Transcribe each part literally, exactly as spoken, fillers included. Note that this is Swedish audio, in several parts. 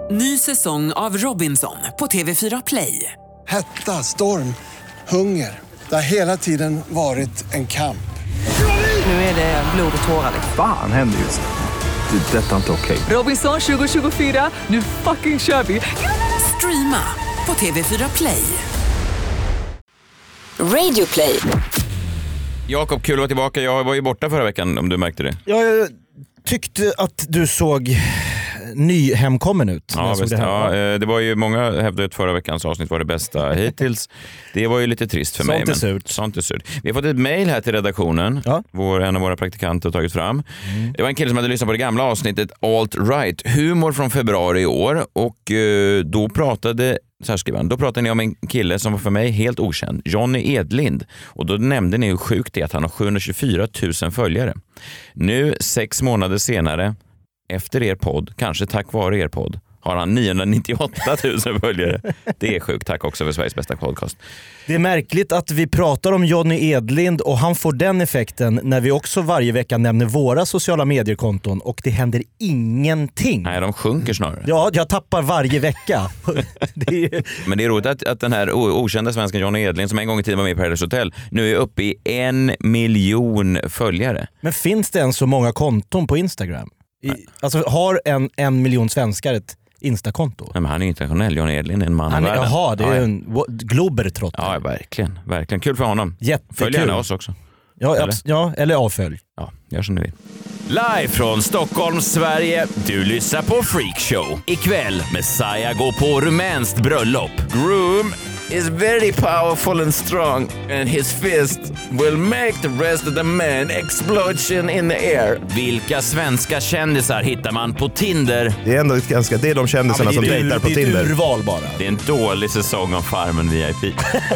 Ny säsong av Robinson på T V fyra Play. Hetta, storm, hunger. Det har hela tiden varit en kamp. Nu är det blod och tårar. Fan händer just det. Det är detta inte okej. Robinson tjugo tjugofyra, nu fucking kör vi. Streama på T V fyra Play. Radio Play. Jakob, kul att vara tillbaka. Jag var ju borta förra veckan, om du märkte det. Jag tyckte att du såg ny hemkommen ut. Ja, visst, det, ja, det var ju många hävdade att förra veckans avsnitt var det bästa hittills. Det var ju lite trist för sånt mig. Är surt. Sånt är surt. Vi har fått ett mejl här till redaktionen. Ja. Vår, en av våra praktikanter har tagit fram. Mm. Det var en kille som hade lyssnat på det gamla avsnittet Alt Right. Humor från februari i år. Och eh, då pratade... Så här skriver han. Då pratade ni om en kille som var för mig helt okänd, Johnny Edlind. Och då nämnde ni hur sjukt det är att han har sjuhundratjugofyra tusen följare. Nu, sex månader senare, efter er podd, kanske tack vare er podd, har han niohundranittioåtta tusen följare. Det är sjukt. Tack också för Sveriges bästa podcast. Det är märkligt att vi pratar om Johnny Edlind och han får den effekten när vi också varje vecka nämner våra sociala mediekonton och det händer ingenting. Nej, de sjunker snarare. Ja, jag tappar varje vecka. det är... Men det är roligt att, att den här okända svensken Johnny Edlind som en gång i tiden var med i Paradise Hotel nu är uppe i en miljon följare. Men finns det än så många konton på Instagram? I, alltså har en, en miljon svenskar ett Instakonto? Nej, men han är internationell. Johnny Edlind är en man han, av världen. Jaha, det är ja, en globetrotter. Ja, verkligen. Verkligen. Kul för honom. Jättekul. Följ gärna oss också. Ja, eller, ja, eller avfölj. Ja, gör som ni vill. Live från Stockholm, Sverige. Du lyssnar på Freakshow. Ikväll, Messiah går på rumänskt bröllop. Groom is very powerful and strong and his fist will make the rest of the man explosion in the air. Vilka svenska kändisar hittar man på Tinder? Det är ändå ett ganska, det är de kändisarna ja, det är som dejtar på Tinder. Det är urval bara. Det är en dålig säsong av Farmen V I P.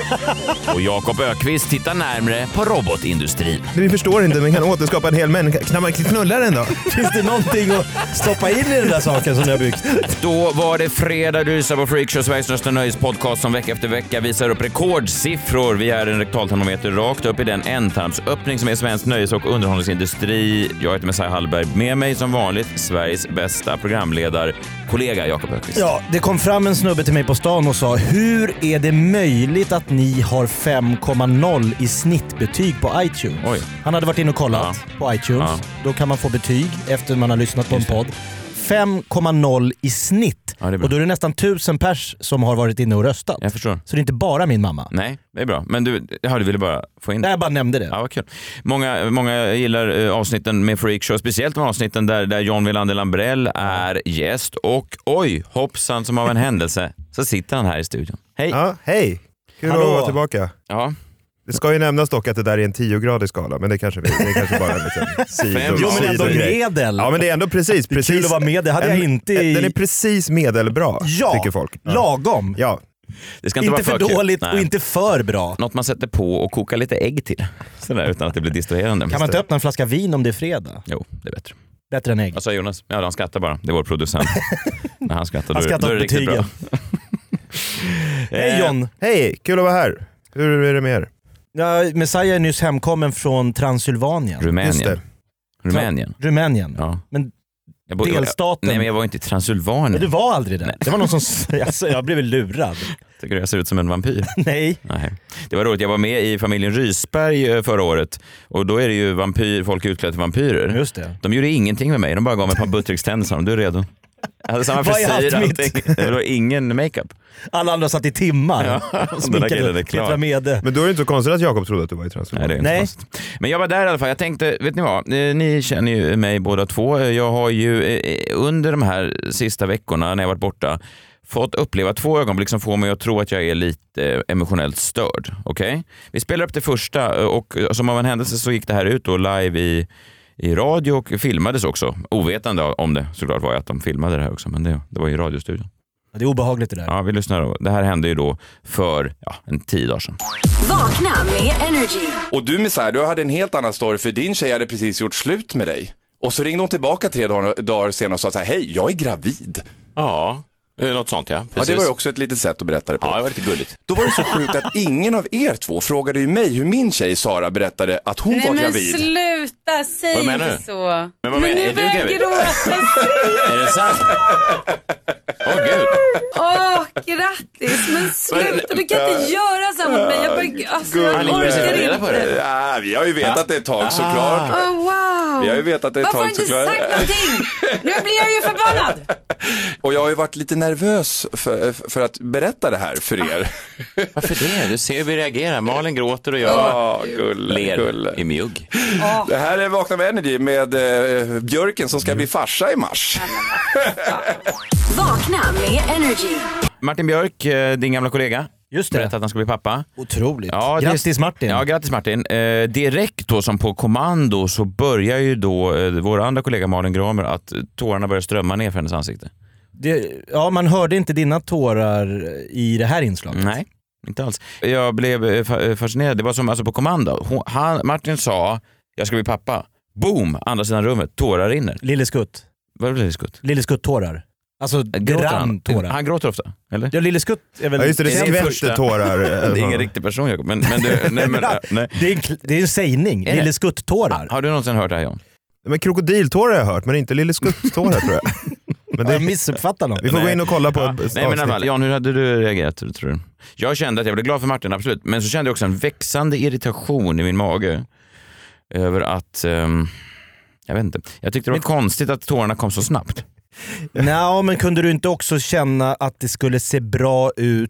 Och Jakob Ökvist tittar närmare på robotindustrin. Vi förstår inte, men kan återskapa en hel människa. Kan man knulla den då? Finns det någonting att stoppa in i den där saken som ni har byggt? Då var det fredag, du lyssnar på Freakshow, Sveriges största nöjespodcast som vecka efter vecka visar upp rekordsiffror. Vi är en rektaltermometer rakt upp i den ändtarmsöppning som är svensk nöjes- och underhållningsindustri. Jag heter Messiah Hallberg. Med mig som vanligt Sveriges bästa programledarkollega Jakob Ökvist. Ja, det kom fram en snubbe till mig på stan och sa: hur är det möjligt att ni har fem komma noll i snittbetyg på iTunes? Oj. Han hade varit inne och kollat ja. på iTunes. Ja. Då kan man få betyg efter man har lyssnat på en podd. fem komma noll i snitt. Ja, och då är det nästan tusen pers som har varit inne och röstat. Jag förstår. Så det är inte bara min mamma. Nej, det är bra. Men du, ja, du ville bara få in det. Nej, jag bara nämnde det. Ja, vad kul. Många, många gillar uh, avsnitten med Freakshow, speciellt med avsnitten där, där John Wilander Lambrell är gäst. Och oj, hoppsan, som av en händelse så sitter han här i studion. Hej! Ja, hej! Kul Hallå. att vara tillbaka. Ja. Det ska ju nämnas dock att det där är en tiogradig skala, men det kanske, vi, det är kanske bara en liten sido, jo, men ändå medel. Ja, men det är ändå precis. precis det är kul att vara med, det hade en, jag inte i... Den är precis medelbra, ja, tycker folk. Ja, lagom. Ja. Det ska inte, inte vara för, för dåligt Nej. och inte för bra. Något man sätter på och kokar lite ägg till. Sådär, utan att det blir distraherande. Kan man inte öppna en flaska vin om det är fredag? Jo, det är bättre. Bättre än ägg. Vad sa Jonas? Ja, han skrattar bara. Det är vår producent. När han skrattar, han då, skrattar då är det riktigt bra. Hej John. Hej, kul att vara här. Hur är det med er? Ja, Messiah är nyss hemkommen från Transylvanien. Rumänien. Rumänien. Rumänien. Ja. Men jag bo, delstaten... Nej, men jag var inte i Transylvanien. Men du var aldrig där. Nej. Det var någon som... Alltså, jag blev lurad. Tycker du jag ser ut som en vampyr? Nej. Nej. Det var roligt, jag var med i familjen Rysberg förra året. Och då är det ju vampyr, folk utklädda till vampyrer. Just det. De gjorde ingenting med mig, de bara gav mig ett par buttrickständer och sa, du är redo. Jag hade samma frisyr, allting. Det var ingen makeup. Alla andra satt i timmar. Ja, sminkade, klar. Med. Men då är det inte så konstigt att Jakob trodde att du var i Transylvanien. Nej, det är inte Nej. Men jag var där i alla fall. Jag tänkte, vet ni vad? Ni känner ju mig båda två. Jag har ju under de här sista veckorna när jag varit borta fått uppleva två ögonblick som får mig att tro att jag är lite emotionellt störd. Okej? Okay? Vi spelar upp det första och som av en händelse så gick det här ut då live i i radio och filmades också. Ovetande om det såklart var att de filmade det här också, men det, det var i radiostudion. Det är obehagligt det där. Ja, vi lyssnar då. Det här hände ju då för ja, en tio dagar sedan. Vakna med Energy. Och du Messiah, du hade en helt annan story för din tjej hade precis gjort slut med dig. Och så ringde hon tillbaka tre dagar, dagar senare och sa så här: hej, jag är gravid. Ja, något sånt ja. Precis. Ja, det var ju också ett litet sätt att berätta det på. Ja, det var lite gulligt. Då var det så sjukt att ingen av er två frågade ju mig hur min tjej Sara berättade att hon Nej, var men gravid. Sluta, säg vad menar inte du? så. Men vad men menar nu är du gravid? Gråta. Är det sant? Åh oh, gud, men sluta, du kan inte göra så mot mig. Jag bara, alltså, jag orkar inte. Ja, vi har ju vetat det ett tag såklart. Oh, wow. Vi har ju vetat det ett Varför tag har du inte såklart. sagt någonting? Nu blir jag ju förbannad. Och jag har ju varit lite nervös för, för att berätta det här för er. Varför det? Du ser hur vi reagerar. Malin gråter och jag ja, gulle, ler gulle. i mjugg. Oh. Det här är Vakna med Energy med eh, Björken som ska bli farsa i mars. Vakna med Energy. Martin Björk, din gamla kollega. Just det. Berättade att han ska bli pappa. Otroligt. Ja, grattis Martin. Ja, grattis Martin. Eh, direkt då som på kommando så börjar ju då eh, vår andra kollega Malin Gramer att tårarna börjar strömma ner för hennes ansikte. Det, ja, man hörde inte dina tårar i det här inslaget. Nej, inte alls. Jag blev fascinerad. Det var som alltså på kommando. Hon, han, Martin sa, jag ska bli pappa. Boom! Andra sidan rummet. Tårar rinner. Lille Skutt. Vad är Lille Skutt? Lille Skutt-tårar. Alltså grann tårar. Han gråter ofta, eller? Ja, Lille Skutt är väl... Ja, just det, det skvätter tårar. Det är ingen riktig person, Jakob. Men, men du, nej, men, nej. Det, är en, det är en sägning. Lille Skutt-tårar. Har du någonsin hört det här, John? Men krokodiltårar har jag hört, men inte Lille Skutt-tårar tror jag. Men det jag missuppfattar något. Vi får nej. gå in och kolla på ja. Nej, men alla, Jan, hur hade du reagerat, tror du? Jag kände att jag blev glad för Martin, absolut. Men så kände jag också en växande irritation i min mage över att... Um, jag vet inte. Jag tyckte det var men... konstigt att tårarna kom så snabbt. Nej, men kunde du inte också känna att det skulle se bra ut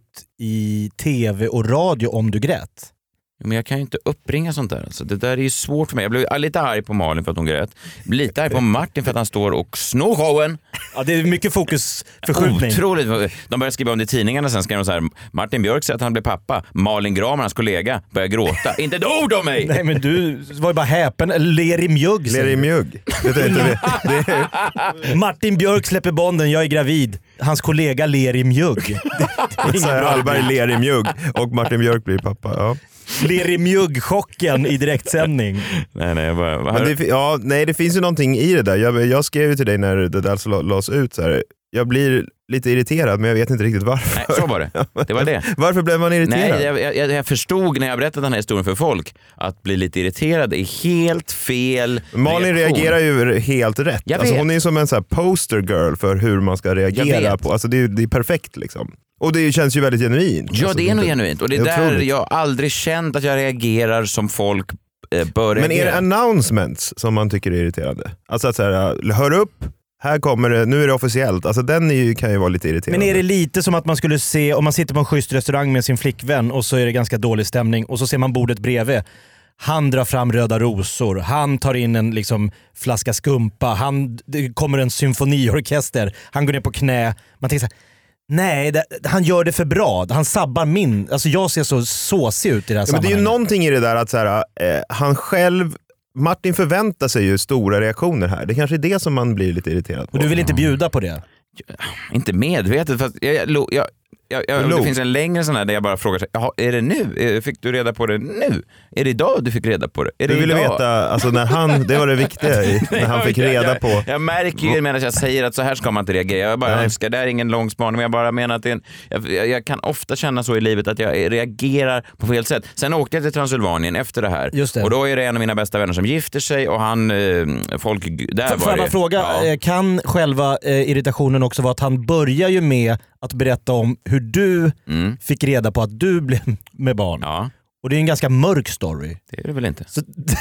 i tv och radio om du grät? Men jag kan ju inte uppringa sånt där. Alltså, det där är ju svårt för mig. Jag blev lite arg på Malin för att hon grät. Lite arg på Martin för att han står och snor showen. Ja, det är mycket fokusförskjutning. Otroligt. De började skriva om det i tidningarna, sen skrev de så här: Martin Björk säger att han blev pappa. Malin Gramer, hans kollega, börjar gråta. Inte ett ord om mig! Nej, men du var ju bara häpen. Ler i mjugg. Ler i mjugg. Det är inte det. Det är... Martin Björk släpper bonden, jag är gravid. Hans kollega ler i mjugg. Så här, Hallberg ler i mjugg och Martin Björk blir pappa. Ja. Ler i mjugg-chocken i direktsändning. Nej, nej, bara, Men det, ja, nej, det finns ju någonting i det där. Jag, jag skrev ju till dig när det där så lades ut så här. Jag blir lite irriterad, men jag vet inte riktigt varför. Nej, så var det. Det var det. Varför blev man irriterad? Nej, jag, jag, jag förstod när jag berättade den här historien för folk att bli lite irriterad är helt fel. Malin reaktion. reagerar ju helt rätt. Alltså, hon är som en så här poster girl för hur man ska reagera på. Alltså, det, är, det är perfekt liksom. Och det känns ju väldigt genuint. Ja, alltså, det är nog genuint. Och det är, det är där otroligt. Jag aldrig känt att jag reagerar som folk eh, bör reagera. Men är det announcements som man tycker är irriterande? Alltså att så här, hör upp, här kommer det, nu är det officiellt. Alltså den är ju, kan ju vara lite irriterande. Men är det lite som att man skulle se, om man sitter på en schysst restaurang med sin flickvän och så är det ganska dålig stämning och så ser man bordet bredvid. Han drar fram röda rosor, han tar in en liksom, flaska skumpa, han, det kommer en symfoniorkester, han går ner på knä. Man tänker så här, nej, det, han gör det för bra. Han sabbar min... Alltså jag ser så såsig ut i det här ja, men det är ju någonting i det där att så här, eh, han själv... Martin förväntar sig ju stora reaktioner här. Det kanske är det som man blir lite irriterad på. Och du vill inte bjuda på det? Inte medvetet, fast jag... jag, jag Jag, jag, det finns en längre sån här där jag bara frågar sig, jaha, är det nu? Fick du reda på det nu? Är det idag du fick reda på det? Är det du ville idag? veta, alltså när han, det var det viktiga i, när han fick reda jag, på. Jag, jag märker ju medan jag säger att så här ska man inte reagera. Jag bara Nej. önskar, det är ingen lång spaning, men jag bara menar att det är en, jag, jag kan ofta känna så i livet att jag reagerar på fel sätt. Sen åkte jag till Transylvanien efter det här. Just det. Och då är det en av mina bästa vänner som gifter sig och han, eh, folk där För, var får jag bara det. fråga, Ja. kan själva eh, irritationen också vara att han börjar ju med att berätta om hur du mm. fick reda på att du blev med barn. Ja. Och det är en ganska mörk story. Det är det väl inte? Så...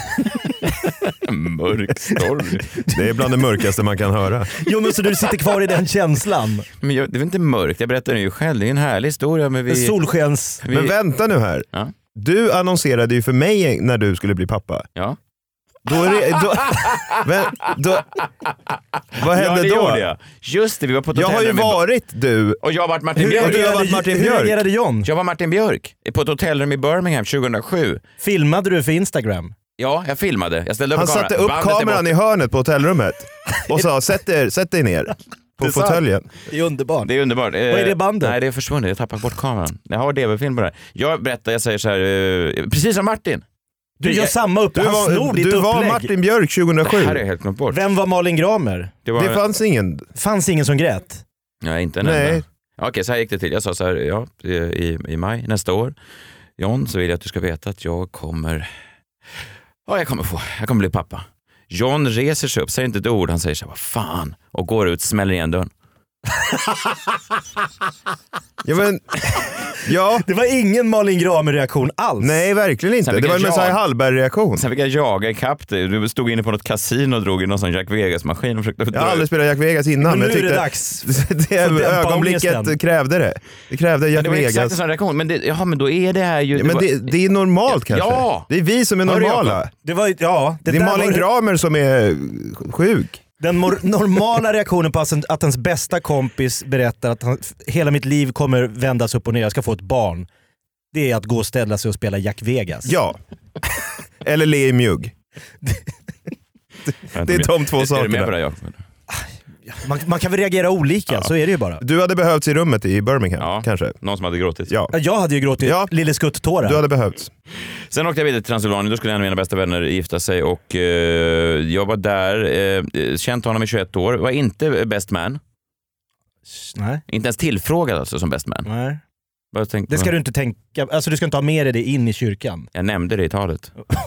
mörk story. Det är bland det mörkaste man kan höra. Jo, men så du sitter kvar i den känslan. Men jag, det är väl inte mörkt, jag berättar ju själv. Det är en härlig historia. Men vi... Solskens... Vi... Men vänta nu här. Ja. Du annonserade ju för mig när du skulle bli pappa. Ja. Då är det, då, men, då, vad hände ja, det då? Jag. Just det, vi var på ett jag har ju med... varit du. Och jag har varit Martin hur Björk. Du har varit Martin hur Björk. reagerade John? Jag var Martin Björk på ett hotellrum i Birmingham tjugohundrasju. Filmade du för Instagram? Ja, jag filmade. Jag ställde upp Han kameran. satte upp Bandet kameran i hörnet på hotellrummet och sa sätt, er, sätt dig ner på fåtöljen. Det är underbart. Det är underbart. Vad är det bandet? Nej, det är försvunnet. Jag har tappat bort kameran. Jag har D V-film på det här. Jag berättar, jag säger så här, precis som Martin. Du gör jag, samma upp. Du var, du var Martin Björk tjugohundrasju. Det här är jag helt glömt bort. Vem var Malin Gramer? Det, var... det fanns ingen. Fanns ingen som grät? Nej, inte en Nej. enda. Okej, så här gick det till. Jag sa så här, ja, i, i maj nästa år. John, så vill jag att du ska veta att jag kommer... Ja, jag kommer få. Jag kommer bli pappa. John reser sig upp, säger inte ett ord. Han säger så här, vad fan? Och går ut, smäller igen dörren. Ja, men... Ja. Det var ingen Malin Gramer-reaktion alls. Nej, verkligen inte. Det var en Messiah Hallberg-reaktion. Sen fick jag jaga ikapp dig. Du stod inne på något kasino och drog i någon sån Jack Vegas-maskin. Och försökte... Jag har aldrig spelat Jack Vegas innan. Men nu men jag är det dags. det ögonblicket ångesten. Krävde det. Det krävde Jack det var Vegas. Exakt en sån reaktion. Men det, ja, men då är det här ju... Ja, men det, det är normalt kanske. Ja. Det är vi som är normala. Det, var, ja, det, det är Malin var... Gramer som är sjuk. Den normala reaktionen på att ens bästa kompis berättar att han, hela mitt liv kommer vändas upp och ner, jag ska få ett barn. Det är att gå och ställa sig och spela Jack Vegas. Ja. Eller le i mjugg. det, det är de två sakerna. Är du med på det, Jakob? Man, man kan väl reagera olika, ja. Så är det ju bara. Du hade behövts i rummet i Birmingham, ja, kanske. Någon som hade gråtit. Ja. Jag hade ju gråtit, ja. Lille skutt-tårar. Du hade behövts. Sen åkte jag vidare till Transylvanien, då skulle en av mina bästa vänner gifta sig och eh, jag var där, eh, känt honom i tjugoett år, var inte best man. Nej. Inte ens tillfrågad alltså som best man. Nej. Bara tänkte, det ska du inte tänka, alltså du ska inte ha med dig det in i kyrkan. Jag nämnde det i talet.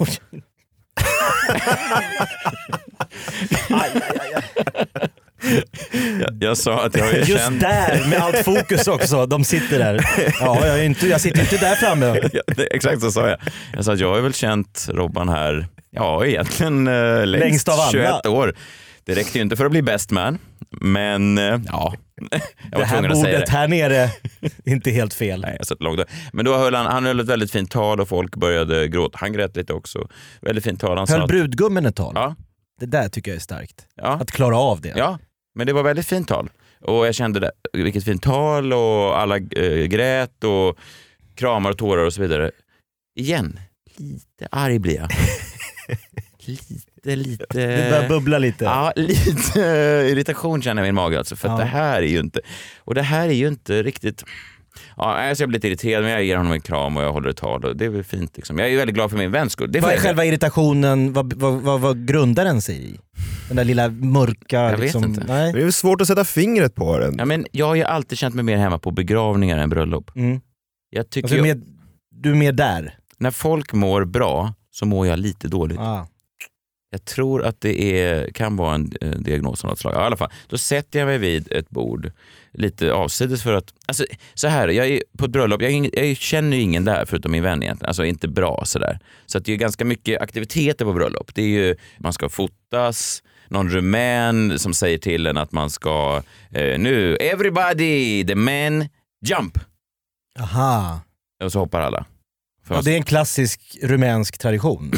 aj, aj, aj. Jag, jag sa att jag har ju Just känt... där, med allt fokus också, de sitter där. Ja, jag, är inte, jag sitter inte där framme. Ja, det, exakt så sa jag. Jag sa att jag har väl känt Robban här, ja egentligen eh, längst, längst av alla. tjugoett år. Det räckte ju inte för att bli best man, men eh, ja. Jag det här bordet här nere, inte helt fel. Nej, jag satt långt där. Men då höll han, han höll ett väldigt fint tal och folk började gråta. Han grät lite också. Väldigt fint tal. Han höll att, brudgummen ett tal? Ja. Det där tycker jag är starkt. Ja. Att klara av det. Ja, men det var väldigt fint tal. Och jag kände det, vilket fint tal och alla äh, grät och kramar och tårar och så vidare. Igen, lite arg blir jag. Lite, lite... Det börjar bubbla lite. Ja, lite irritation känner jag i min mage alltså. För ja. att det här är ju inte... Och det här är ju inte riktigt... Ja, alltså jag blir lite irriterad, men jag ger honom en kram och jag håller ett tal och det är väl fint liksom. Jag är väldigt glad för min väns skull. Vad är själva irritationen, vad, vad, vad, vad grundar den sig i? Den där lilla mörka... Jag liksom, vet inte. Nej. Det är svårt att sätta fingret på den. Ja, men jag har ju alltid känt mig mer hemma på begravningar än bröllop. Mm. Jag tycker alltså, jag, med, du är mer där? När folk mår bra så mår jag lite dåligt. Ah. Jag tror att det är, kan vara en eh, diagnos av något slag. Ja, i alla fall, då sätter jag mig vid ett bord lite avsides för att, alltså så här, jag är på ett bröllop, jag, jag känner ju ingen där förutom min vän egentligen, alltså inte bra sådär. Så att det är ganska mycket aktiviteter på bröllop. Det är ju, man ska fotas, någon rumän som säger till en att man ska, eh, nu, everybody, the men, jump! Aha. Och så hoppar alla. Ja, det är en klassisk rumänsk tradition.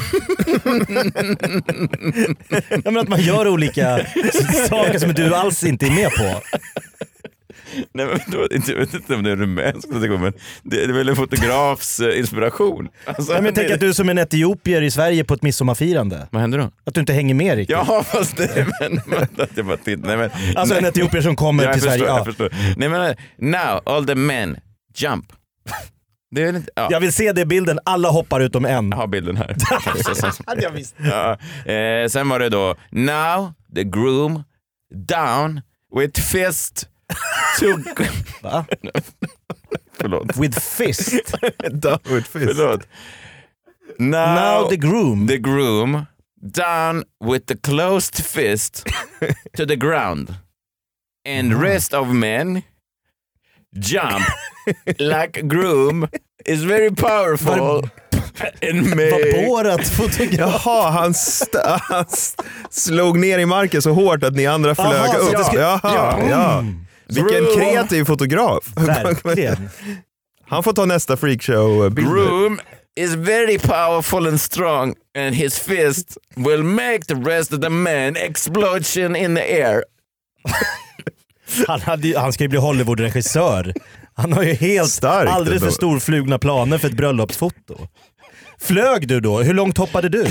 Jag menar att man gör olika saker som du alls inte är med på. Nej, men då, jag vet inte om det är rumänsk tradition, men det är väl en fotografs inspiration. Alltså, Nej, men tänk att du som en etiopier i Sverige på ett midsommarfirande. Vad händer då? Att du inte hänger med riktigt. Ja, fast det men, men, det bara titt. Nej, men, alltså en etiopier som kommer jag till förstår, Sverige. Jag ja. förstår. Nej, men now all the men jump. Det är inte, ja. Jag vill se det bilden, alla hoppar utom en. Jag har bilden här. Jag visste. Ja. Eh, sen var det då now the groom down with fist to... Va? Förlåt. With fist? Down with fist. Förlåt. Now, now the groom. The groom down with the closed fist to the ground. And mm. rest of men jump like a groom is very powerful. Var, in me. Var Borat fotograf? Jaha, han, st- han st- slog ner i marken så hårt att ni andra flög Aha, upp. Ja, skulle, Jaha, ja. ja. Vilken kreativ fotograf. Verkligen. Han får ta nästa freakshow-bild. Groom is very powerful and strong and his fist will make the rest of the men explosion in the air. Han, hade, han ska ju bli Hollywood-regissör. Han har ju helt Starkt, alldeles för storflugna planer för ett bröllopsfoto. Flög du då? Hur långt hoppade du?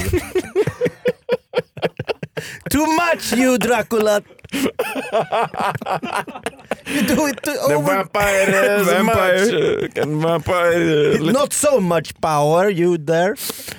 Too much you Dracula! You do it too The over... vampire is Vampire. much. And vampire... Not so much power you there.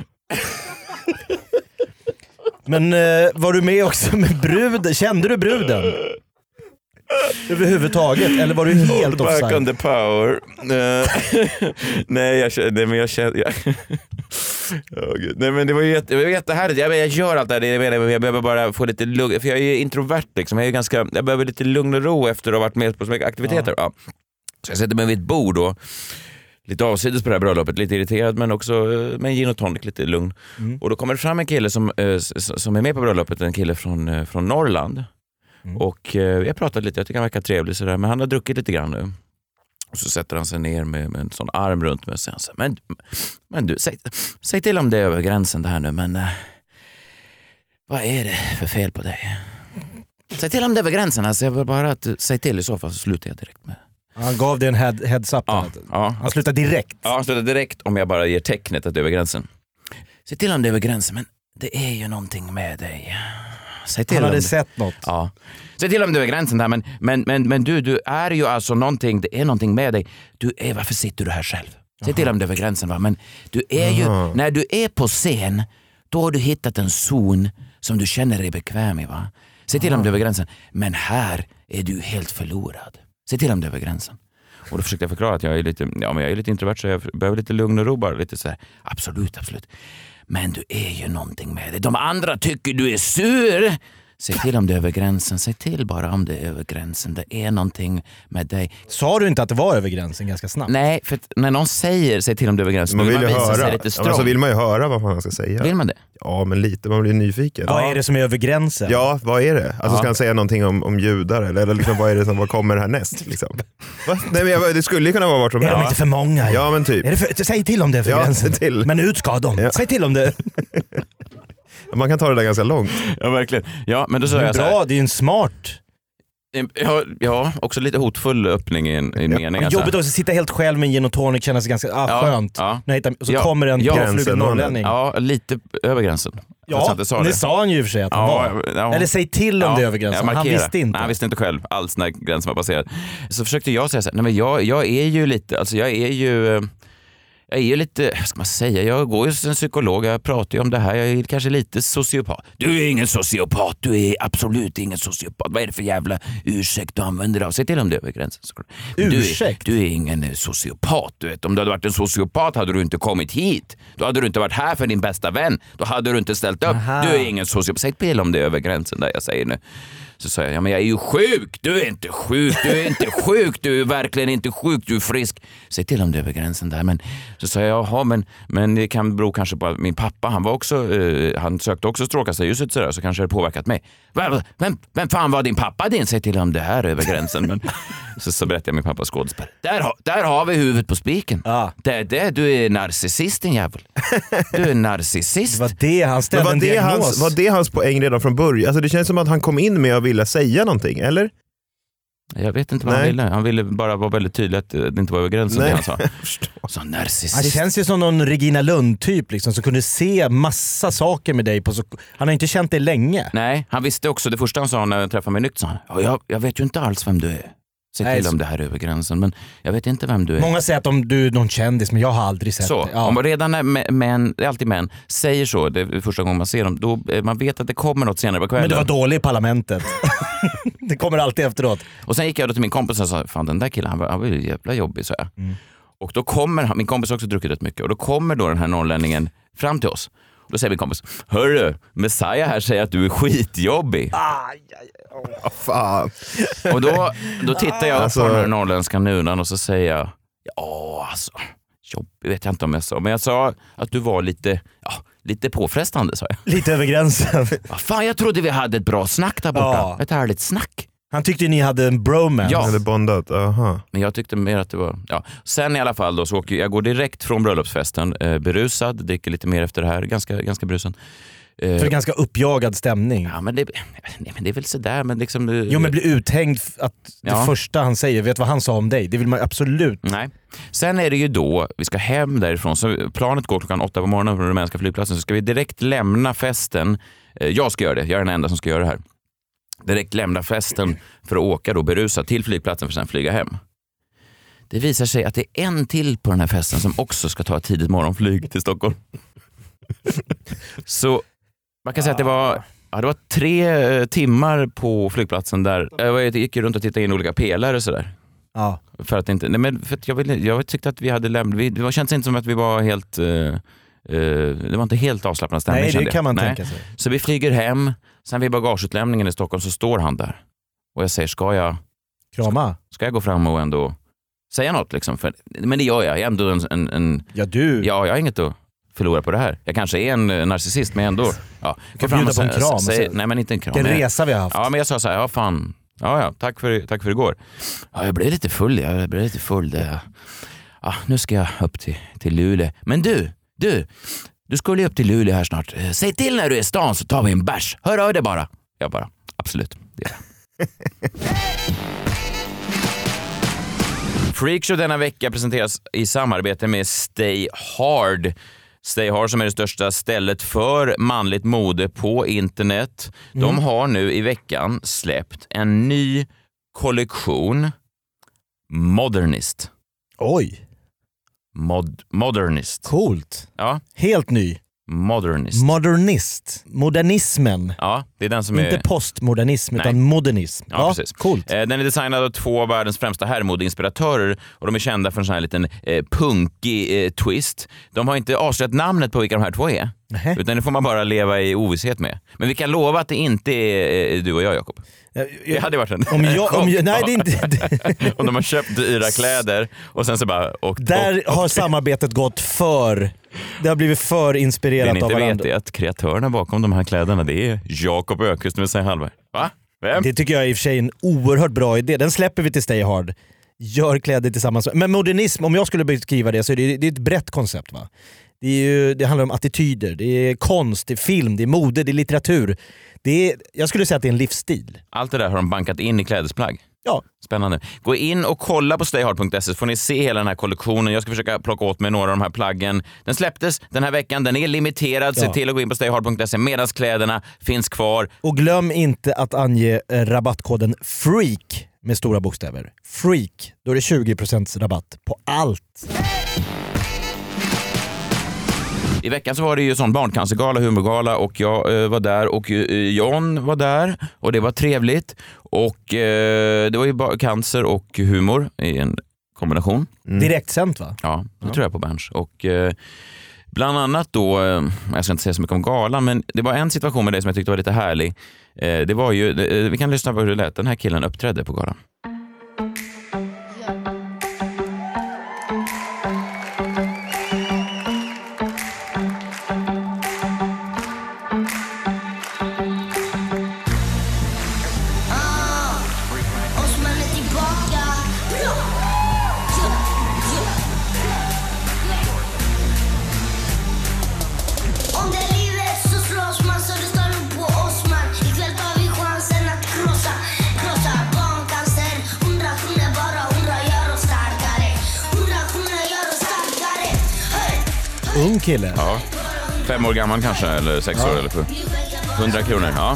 Men eh, var du med också med bruden? Kände du bruden? Överhuvudtaget, eller var du helt offside? Back on the power. Uh, nej, jag kände, men jag kände... Jag, oh, nej, men det var ju jätte, det var jättehärligt. Jag, jag gör allt det här, jag, jag behöver bara få lite lugn, för jag är introvert liksom. Jag är ganska, jag behöver lite lugn och ro efter att ha varit med på så mycket aktiviteter. Ja. Ja. Så jag sätter mig vid ett bord och lite avsides på det här bröllopet, lite irriterad men också med en gin och tonic, lite lugn. Mm. Och då kommer det fram en kille som, eh, som är med på bröllopet, en kille från, eh, från Norrland. Mm. Och eh, jag pratade lite, jag tycker han verkar trevlig sådär, men han har druckit lite grann nu. Och så sätter han sig ner med, med en sån arm runt mig och säger så, men, men du, säg, säg till om det är över gränsen det här nu, men eh, vad är det för fel på dig? Säg till om det är över gränsen, alltså jag vill bara att säg till, i så fall så slutar jag direkt med. Han gav dig en head, heads up. Ja, ja. Han slutar direkt. Ja, han slutar direkt om jag bara ger tecknet att det är över gränsen. Säg till om det är över gränsen, men det är ju någonting med dig. Säg till han hade om sett något. Ja. Säg till om det är över gränsen där, men, men, men, men du, du är ju alltså någonting, det är någonting med dig. Du är, varför sitter du här själv? Säg till om det är över gränsen, va? Men du är ju, Aha. när du är på scen, då har du hittat en zon som du känner dig bekväm i, va? Säg till Aha. om det är över gränsen, men här är du helt förlorad. Säg till om det är över gränsen. Och då försökte jag förklara att jag är lite, ja, men jag är lite introvert, så jag behöver lite lugn och ro bara. Lite så här, absolut, absolut. Men du är ju någonting med det. De andra tycker du är sur. Säg till om det är över gränsen. Säg till bara om det är över gränsen. Det är någonting med dig. Sa du inte att det var över gränsen ganska snabbt? Nej, för när någon säger säg till om det är över gränsen, man vill man ju höra. sig lite ja, men så vill man ju höra vad man ska säga. Vill man det? Ja, men lite. Man blir nyfiken. Vad är det som är över gränsen? Ja, vad är det? Alltså ja. Ska han säga någonting om, om judar? Eller, eller liksom, vad är det som vad kommer härnäst? Liksom? Va? Nej, men jag, det skulle ju kunna vara vart som helst. Är de inte för många? Ja, men typ. Är det för, säg till om det är för ja, gränsen. Till. Men ut ska de. Ja. Säg till om det. Man kan ta det där ganska långt. Ja, verkligen. Ja, men då så jag så här, bra, det är en smart. Ja, ja, också lite hotfull öppning i en, i en ja. mening. Alltså. Jobbigt också att sitta helt själv med en gin och tonic, känna sig ganska ah, ja, skönt. Ja. Och så ja. kommer en ja, påflugen norrlänning. Ja, lite över gränsen. Ja, det sa, det sa han ju i och för sig att han ja, var. Ja. Eller säg till om ja, det är över gränsen. Han visste inte. Nej, han visste inte själv alls när gränsen var passerad. Så försökte jag säga så här, nej men jag, jag är ju lite, alltså jag är ju... Jag är ju lite, vad ska man säga, jag går ju som en psykolog, jag pratar ju om det här, jag är kanske lite sociopat. Du är ingen sociopat, du är absolut ingen sociopat. Vad är det för jävla ursäkt du använder av? Säg till om det över gränsen. Ursäkt? Du är, du är ingen sociopat, du vet. Om du hade varit en sociopat hade du inte kommit hit. Då hade du inte varit här för din bästa vän. Då hade du inte ställt upp. Aha. Du är ingen sociopat. Säg till om det över gränsen där jag säger nu. Så sa jag, ja men jag är ju sjuk, du är inte sjuk, du är inte sjuk, du är verkligen inte sjuk, du är frisk. Säg till om det är över gränsen där. Men så sa jag, jaha, men, men det kan bero kanske på att min pappa, han var också, eh, han sökte också strålkastarljuset sådär, så kanske det påverkat mig. Vem, vem fan var din pappa din? Säg till om det här är över gränsen. Men, så, så berättade jag min pappas skådespelare. Där, där har vi huvudet på spiken. Ah. Det, det, du är narcissist, din jävel. Du är narcissist. Det var det han ställde var en det diagnos. Hans, var det hans poäng redan från början? Alltså det känns som att han kom in med att vilja säga någonting, eller? Jag vet inte vad Nej. han ville. Han ville bara vara väldigt tydlig att det inte var över gränsen. Nej. Han sa. Så narcissist. Han känns ju som någon Regina Lund-typ liksom, som kunde se massa saker med dig. På så... Han har inte känt dig länge. Nej, han visste också. Det första han sa när jag träffade mig nytt, sa han, ja, jag, jag vet ju inte alls vem du är. Säg till Nej, om det här är över gränsen, men jag vet inte vem du är. Många säger att om du är någon kändis, men jag har aldrig sett så, det. Ja. Om redan när män, det är alltid män, säger så, det är första gången man ser dem, då man vet att det kommer något senare på kvällen. Men du var dålig i Parlamentet. Det kommer alltid efteråt. Och sen gick jag då till min kompis och sa, fan den där killen, han var, han var ju jävla jobbig, så jag. Mm. Och då kommer, min kompis har också druckit rätt mycket, och då kommer då den här norrlänningen fram till oss. Och då säger min kompis, hörru, Messiah här säger att du är skitjobbig. Aj, aj, oh, fan. Och då, då tittar jag alltså... på den här norrländska nunan och så säger jag, ja alltså, jobbig vet jag inte om jag sa, men jag sa att du var lite, ja, lite påfrestande, sa jag. Lite över gränsen. Vad fan, jag trodde vi hade ett bra snack där borta. Ja. Ett härligt snack. Han tyckte ni hade en bromance. Ja. Hade bondat. Aha. Men jag tyckte mer att det var... Ja. Sen i alla fall då så åker jag, jag går direkt från bröllopsfesten, eh, berusad, dricker lite mer efter det här, ganska, ganska brusad. Eh, För en ganska uppjagad stämning. Ja, men det, nej, men det är väl sådär, men liksom... Eh, jo, men bli uthängd att det ja. första han säger, vet vad han sa om dig? Det vill man absolut... Nej. Sen är det ju då, vi ska hem därifrån, så planet går klockan åtta på morgonen från den rumänska flygplatsen, så ska vi direkt lämna festen. Eh, jag ska göra det, jag är den enda som ska göra det här. Direkt lämna festen för att åka då berusa till flygplatsen för att sen flyga hem. Det visar sig att det är en till på den här festen som också ska ta ett tidigt morgonflyg till Stockholm. Så man kan säga att det var, ja, det var tre timmar på flygplatsen där. Jag gick runt och tittade in olika pelare och sådär. Ja. För att inte, nej men för att jag, ville, jag tyckte att vi hade lämnat, vi, det kändes inte som att vi var helt... Uh, Uh, det var inte helt avslappnad stämning. Nej, det kan man Nej. tänka sig. Så vi flyger hem, sen vid bagageutlämningen i Stockholm så står han där. Och jag säger, ska jag krama? Ska jag gå fram och ändå säga något liksom. För, men det gör jag. Jag är ändå en... en, en ja, du. Ja, jag har inget att förlora på det här. Jag kanske är en narcissist, men ändå... Ja, du får bjuda på en kram. Säg, nej, men inte en kram. Det är en resa vi har haft. Ja, men jag sa så här, ja fan... Ja, ja, tack för, tack för igår. Ja, jag blev lite full, jag blev lite full. Det. Ja, nu ska jag upp till, till Luleå. Men du, du, du skulle upp till Luleå här snart. Säg till när du är i stan så tar vi en bärs. Hör av det bara. Jag bara, absolut. Det är det. Freakshow denna vecka presenteras i samarbete med Stay Hard. Stay Hard som är det största stället för manligt mode på internet. Mm. De har nu i veckan släppt en ny kollektion. Modernist. Oj. Mod- modernist. Coolt. Ja. Helt ny. Modernist. Modernist. Modernismen. Ja, det är den som Inte är... postmodernism, Nej. utan modernism. Ja, ja, precis. Coolt. Den är designad av två av världens främsta herrmodeinspiratörer och de är kända för en sån här liten eh, punkig eh, twist. De har inte avslöjat namnet på vilka de här två är. Nähe. Utan det får man bara leva i ovisshet med. Men vi kan lova att det inte är eh, du och jag, Jakob. Det hade varit en om jag, om jag, nej, det är inte... om de har köpt dyra kläder och sen så bara... Och, Där och, och, har samarbetet gått för... Det har blivit för inspirerat av varandra. Det ni inte vet är att kreatörerna bakom de här kläderna, det är Jakob Öqvist med sig Hallberg. Va? Vem? Det tycker jag är i och för sig en oerhört bra idé. Den släpper vi till Stay Hard. Gör kläder tillsammans. Men modernism, om jag skulle beskriva det så är det, det är ett brett koncept, va? Det, är ju, det handlar om attityder, det är konst, det är film, det är mode, det är litteratur. Det är, jag skulle säga att det är en livsstil. Allt det där har de bankat in i klädesplagg. Ja. Spännande. Gå in och kolla på stayhard punkt se så får ni se hela den här kollektionen. Jag ska försöka plocka åt mig några av de här plaggen. Den släpptes den här veckan, den är limiterad. Ja. Se till att gå in på stayhard punkt se medan kläderna finns kvar. Och glöm inte att ange rabattkoden FREAK med stora bokstäver. FREAK, då är det tjugo procent rabatt på allt. I veckan så var det ju sån barncancergala, humorgala och jag eh, var där och eh, John var där och det var trevligt och eh, det var ju bara cancer och humor i en kombination. Mm. Direkt sänt, va? Ja, det ja. tror jag på Berns. Och eh, bland annat då, eh, jag ska inte säga så mycket om galan, men det var en situation med det som jag tyckte var lite härlig. Eh, det var ju, eh, vi kan lyssna på hur det lät. Den här killen uppträdde på galan. Ung kille. Ja, fem år gammal kanske, eller sex ja. år eller för hundra kronor. Ja.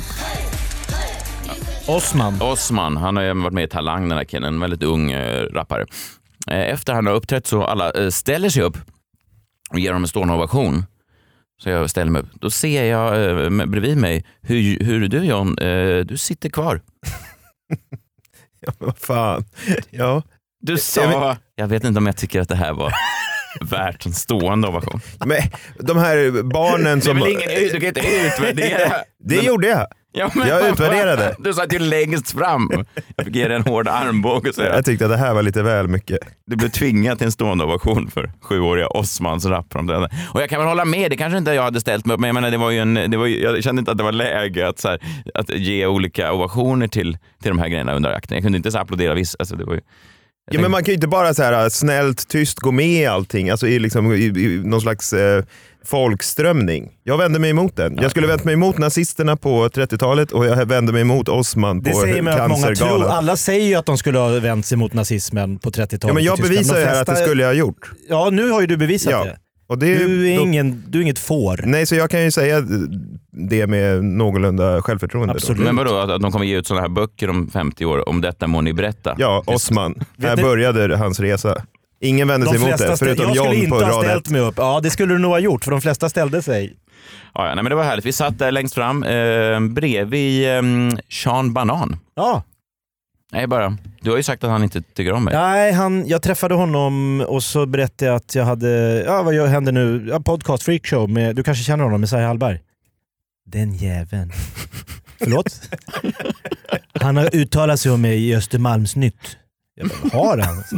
Osman. Osman, han har ju varit med i Talang, den här killen, en väldigt ung äh, rappare. Efter han har uppträtt så alla äh, ställer sig upp och ger honom en stående ovation. Så jag ställer mig upp. Då ser jag äh, bredvid mig hur, hur du John, äh, du sitter kvar. Ja, men vad fan. Ja. Du sa, jag vet inte om jag tycker att det här var värt en stående ovation. Men de här barnen som... Det är väl ingen, du kan inte utvärdera. Det gjorde jag. Ja, men jag utvärderade. Du satt ju längst fram. Jag fick ge dig en hård armbåge och säga. Jag tyckte att det här var lite väl mycket. Du blev tvingad till en stående ovation för sjuåriga Osmans rap. Och jag kan väl hålla med, det kanske inte jag hade ställt mig upp, men jag menar, det var ju en, det var ju, jag kände inte att det var läge att, så här, att ge olika ovationer till, till de här grejerna under akten. Jag kunde inte så applådera vissa. Alltså, det var ju, ja, men man kan ju inte bara så här snällt, tyst gå med i allting, alltså i, liksom, i, i någon slags eh, folkströmning. Jag vände mig emot den. Jag skulle vänt mig emot nazisterna på trettiotalet och jag vände mig emot Osman på cancergalan. Det säger man att många tror. Alla säger ju att de skulle ha vänt sig mot nazismen på trettiotalet. Ja, men jag bevisar ju här att det skulle jag ha gjort. Ja, nu har ju du bevisat ja. det. Och det du, är då, ingen, du är inget får. Nej, så jag kan ju säga det med någorlunda självförtroende. Absolut. Men vadå, att de kommer ge ut sådana här böcker om femtio år, om detta må ni berätta? Ja, Osman. Här började hans resa. Ingen vände sig emot det, förutom John på radet. Jag skulle inte ha ställt mig upp. Ja, det skulle du nog ha gjort, för de flesta ställde sig. Ja, ja nej, men det var härligt. Vi satt där längst fram eh, bredvid eh, Sean Banan. Ja. Nej, bara. Du har ju sagt att han inte tycker om mig. Nej, han, jag träffade honom och så berättade jag att jag hade, ja vad händer nu? Ja, podcast Freakshow med, du kanske känner honom, med Messiah Hallberg. Den jäveln. Förlåt? Han har uttalat sig om mig i Östermalmsnytt. Jag bara, har han?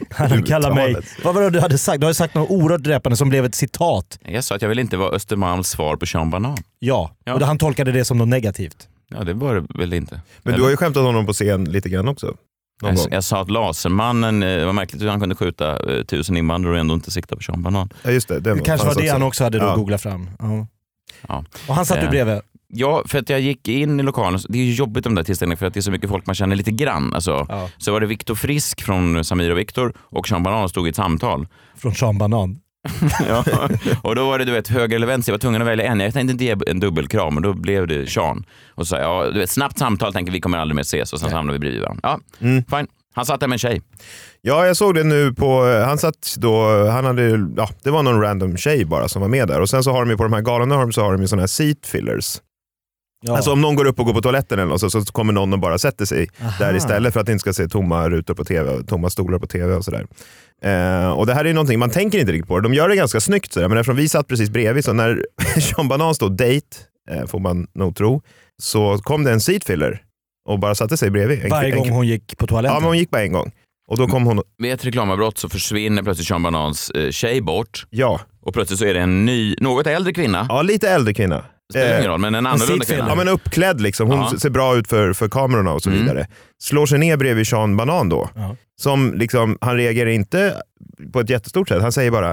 Han kallar mig... Vad var det du hade sagt? Du hade sagt något oerhört dräpande som blev ett citat. Jag sa att jag vill inte vara Östermalms svar på Sean Banan. Ja, ja. Och han tolkade det som något negativt. Ja, det var det väl inte. Men Eller? Du har ju skämtat honom på scen lite grann också. Jag, jag sa att Lasermannen, det var märkligt hur han kunde skjuta eh, tusen invandrare och ändå inte sikta på Sean Banan. Ja, just det. Det, det kanske var det också. han också hade då ja. googlat fram. Ja. Ja. Och han satt du bredvid? Ja, för att jag gick in i lokalen. Det är ju jobbigt om det här tillställningarna för att det är så mycket folk man känner lite grann. Alltså, ja. Så var det Viktor Frisk från Samir och Viktor och Sean Banan stod i ett samtal. Från Sean Banan? Ja, och då var det du vet höger eller vänster. Jag var tvungen att välja en. Jag tänkte inte ge en dubbelkram och då blev det Sean. Och så sa jag, ja, du vet, snabbt samtal, tänker vi kommer aldrig mer ses och sen hamnar vi bredvid varandra. Ja, mm. fine. Han satt där med en tjej. Ja, jag såg det nu på, han satt då, han hade, ja, det var någon random tjej bara som var med där. Och sen så har de ju på de här galorna så har de ju såna här seat fillers. Ja. Alltså om någon går upp och går på toaletten eller något, så, så kommer någon och bara sätter sig Aha. där istället för att det inte ska se tomma rutor på tv, tomma stolar på tv och sådär. Eh, och det här är ju någonting, man tänker inte riktigt på det. De gör det ganska snyggt sådär, men eftersom vi satt precis bredvid, så när Sean Banan stod date, eh, får man nog tro, så kom det en seat filler och bara satte sig bredvid. En, Varje en, gång hon gick på toaletten? Ja, men hon gick bara en gång. Och då kom hon... Med ett reklamavbrott så försvinner plötsligt Sean Banans eh, tjej bort. Ja. Och plötsligt så är det en ny, något äldre kvinna. Ja, lite äldre kvinna. Spelar ingen roll, men en annorlunda kvinna. Ja, men uppklädd liksom. Hon ja. ser bra ut för, för kamerorna och så mm. vidare. Slår sig ner bredvid Sean Banan då. Ja. Som liksom, han reagerar inte på ett jättestort sätt. Han säger bara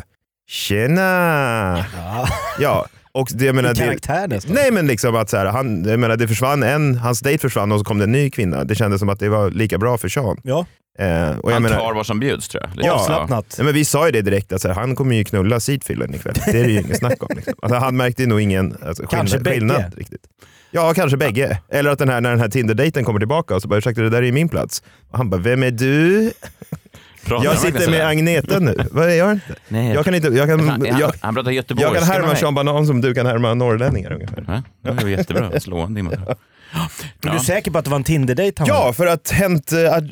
tjena. Ja. ja. Och det, jag menar, det, karaktär nästan. Nej, men liksom att så här, han, jag menar, det försvann en, hans dejt försvann och så kom det en ny kvinna. Det kändes som att det var lika bra för Sean. Ja. Eh, och jag han menar, tar vad som bjuds, tror jag. Ja, avslappnat. Ja, men vi sa ju det direkt att så här, han kommer ju knulla seatfillen ikväll. Det är det ju ingen snack om. Liksom. Alltså, han märkte nog ingen alltså, kanske skillnad, skillnad riktigt. Ja, kanske bägge. Eller att den här, när den här Tinder-dejten kommer tillbaka och så bara, ursäkta, det där är min plats. Och han bara, vem är du? Pratar jag sitter med Agneta nu. Vad gör jag inte? Nej, jag kan inte jag kan, han, jag, han pratar göteborgska. Jag kan härma Sean Banan som du kan härma norrlänningar ungefär. Ja, det var jättebra. Slående. Ja. Är du säker på att det var en Tinder-dejt? Ja, för att Hent,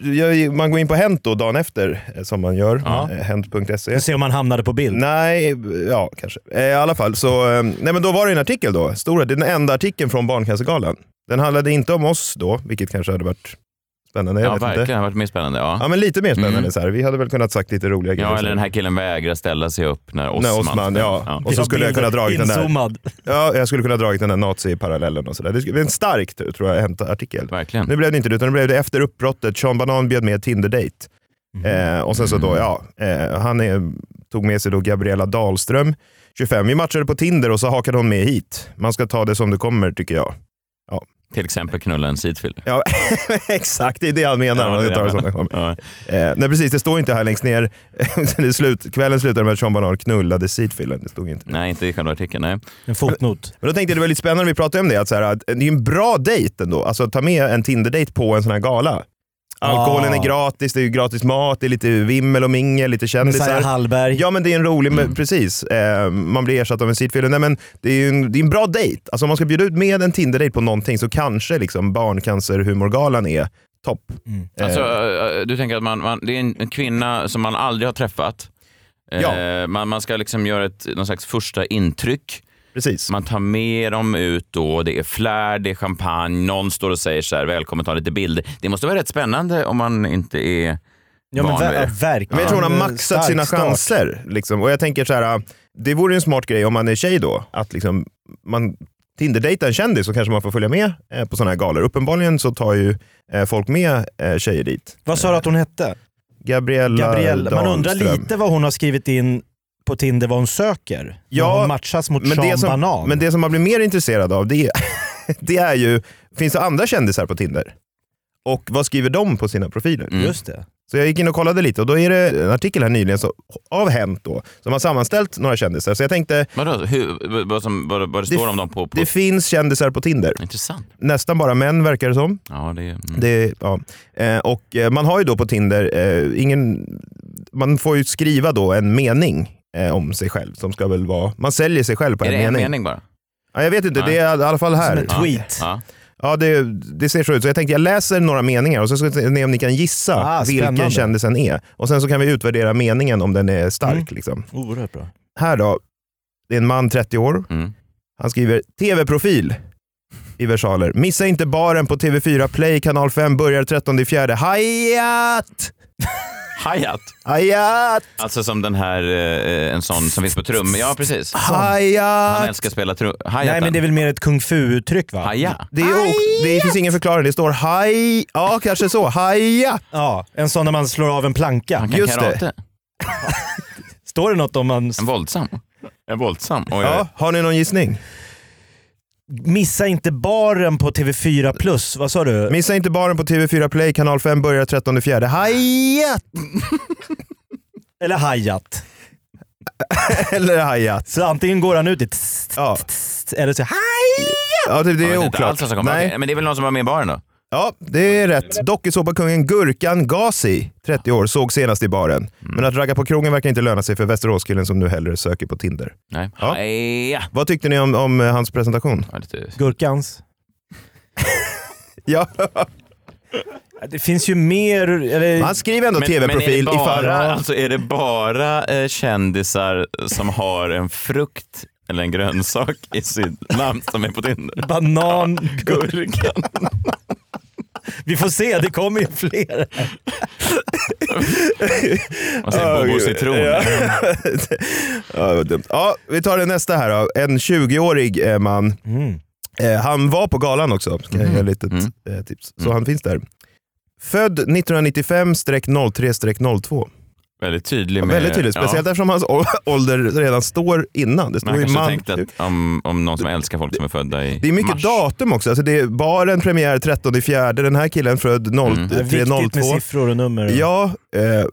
man går in på Hent då dagen efter som man gör. Ja. Hent punkt se. Se om man hamnade på bild. Nej, ja kanske. I alla fall så, nej men då var det en artikel då. Stora, det är den enda artikeln från Barncancergalan. Den handlade inte om oss då, vilket kanske hade varit spännande. Ja, verkligen. Det har varit mer spännande. Ja, ja men lite mer spännande. Mm. Så här. Vi hade väl kunnat sagt lite roliga grejer. Ja, eller den här killen vägrar ställa sig upp när Osman... När Osman, ja. ja. Och så skulle jag kunna dragit den där... Ja, jag skulle kunna dragit den där nazi-parallellen och sådär. Det är en stark, tror jag, hämta-artikel. Verkligen. Nu blev det inte det, utan nu blev det efter uppbrottet. Sean Banan bjöd med Tinder-date. Mm. Eh, och sen så då, ja, eh, han är, tog med sig då Gabriella Dahlström, tjugofem. Vi matchade på Tinder och så hakade hon med hit. Man ska ta det som det kommer, tycker jag. Ja. Till exempel knulla en seatfill. Ja, exakt. Det är det han menar. Ja, det tar det som det kommer. Ja. Eh, nej, precis. Det står inte här längst ner. det slut, kvällen slutade med att Sean Banan knullade seatfillen. Det stod inte. Nej, inte i själva artikeln. Nej. En fotnot. Men då tänkte jag det var lite spännande vi pratade om det. Att, så här, att det är en bra dejt ändå. Alltså ta med en Tinder-dejt på en sån här gala. Alkoholen ah. är gratis, det är gratis mat, det är lite vimmel och mingel, lite kändisar. Messiah Hallberg. Ja, men det är en rolig, mm. precis. Eh, man blir ersatt av en seatfiller. Nej, men det är ju en, det är en bra dejt. Alltså om man ska bjuda ut med en Tinder-dejt på någonting så kanske liksom barncancer-humorgalan är topp. Mm. Eh. Alltså, du tänker att man, man, det är en kvinna som man aldrig har träffat. Eh, ja. man, man ska liksom göra ett någon slags första intryck. Precis. Man tar med dem ut då, det är flär, det är champagne, någon står och säger så här, välkommen ta lite bilder. Det måste vara rätt spännande om man inte är ja, men ver- verkligen. Men jag tror hon har maxat Stark sina start. chanser. Liksom. Och jag tänker så här, det vore en smart grej om man är tjej då, att liksom man Tinder-dejtar en kändis så kanske man får följa med eh, på såna här galor. Uppenbarligen så tar ju eh, folk med eh, tjejer dit. Vad sa du att hon hette? Gabriella, Gabriella. Man undrar lite vad hon har skrivit in på Tinder, vad hon söker. Ja, hon matchas mot men Sean det som, Banan. Men det som man blir mer intresserad av det, det är ju, finns det andra kändisar på Tinder? Och vad skriver de på sina profiler? Mm. Just det. Så jag gick in och kollade lite och då är det en artikel här nyligen så, av Hent då, som har sammanställt några kändisar. Så jag tänkte... Vadå? Hur, vad, som, vad, vad det står det, om dem på, på... Det finns kändisar på Tinder. Intressant. Nästan bara män verkar det som. Ja, det är... Mm. Det, ja. Eh, och man har ju då på Tinder, eh, ingen, man får ju skriva då en mening eh, om sig själv som ska väl vara, man säljer sig själv på är en det mening. en mening bara? Ja, jag vet inte, ja. Det är i alla fall här. Som en tweet. Ja. Ja, det, det ser så ut. Så jag tänkte jag läser några meningar och så ska jag se om ni kan gissa ah, vilken kändisen är. Och sen så kan vi utvärdera meningen om den är stark. Mm. Liksom. Oerhört bra. Här då, det är en man trettio år. Mm. Han skriver tv-profil. i versaler. Missa inte baren på T V fyra Play, kanal fem, börjar trettonde fjärde. Hayat! Hayat. Hayat! Alltså som den här, eh, en sån som finns på trum. Ja, precis. Hayat! Han älskar att spela trum. Nej, men det är väl mer ett kung fu-uttryck, va? Haja. Det, är o- det finns ingen förklaring, det står haj. Ja, kanske så. Haja! Ja, en sån när man slår av en planka. Han kan Just karate. det. Står det något om man... En våldsam. En våldsam. Oj, Ja, har ni någon gissning? Missa inte baren på T V fyra plus, vad sa du? Missa inte baren på T V fyra Play, kanal fem, börjar trettonde fjärde. Hayat! Eller Hayat. Eller Hayat. Så antingen går han ut i tss, Ja. tss, eller så Hayat! Ja, det, det Jag är vet inte oklart. alls vad som kommer. Nej. Okej, men det är väl någon som var med i baren då? Ja, det är rätt. Dokusåpakungen Gurkan Ghazi, trettio år, såg senast i baren. Mm. Men att ragga på krogen verkar inte löna sig för Västeråskillen som nu hellre söker på Tinder. Nej. Ja. Haja. Vad tyckte ni om, om hans presentation? Ja, lite... Gurkans. Ja, Det finns ju mer... Eller... han skriver ändå Men, tv-profil men är det bara, ifall... alltså är det bara eh, kändisar som har en frukt eller en grönsak i sitt namn som är på Tinder? Banan, Gurkan. Vi får se, det kommer ju fler. Och sen Bobo Citron. Ja. Ja, vad dumt. Ja, vi tar det nästa här då. En tjugo-årig eh, man. Mm. Eh, han var på galan också, ska jag ge ett litet Mm. eh, tips. Så han finns där. Född nittonhundranittiofem noll tre noll två. Väldigt tydlig med... Väldigt tydligt, speciellt ja. eftersom hans å- ålder redan står innan. Det står Man ju kanske man. tänkte att om, om någon som älskar folk som är födda i Det är mycket mars. datum också. Alltså det är baren premiär trettonde fjärde. Den här killen född Mm. Det är tre noll viktigt med två. siffror och nummer. Ja, eh,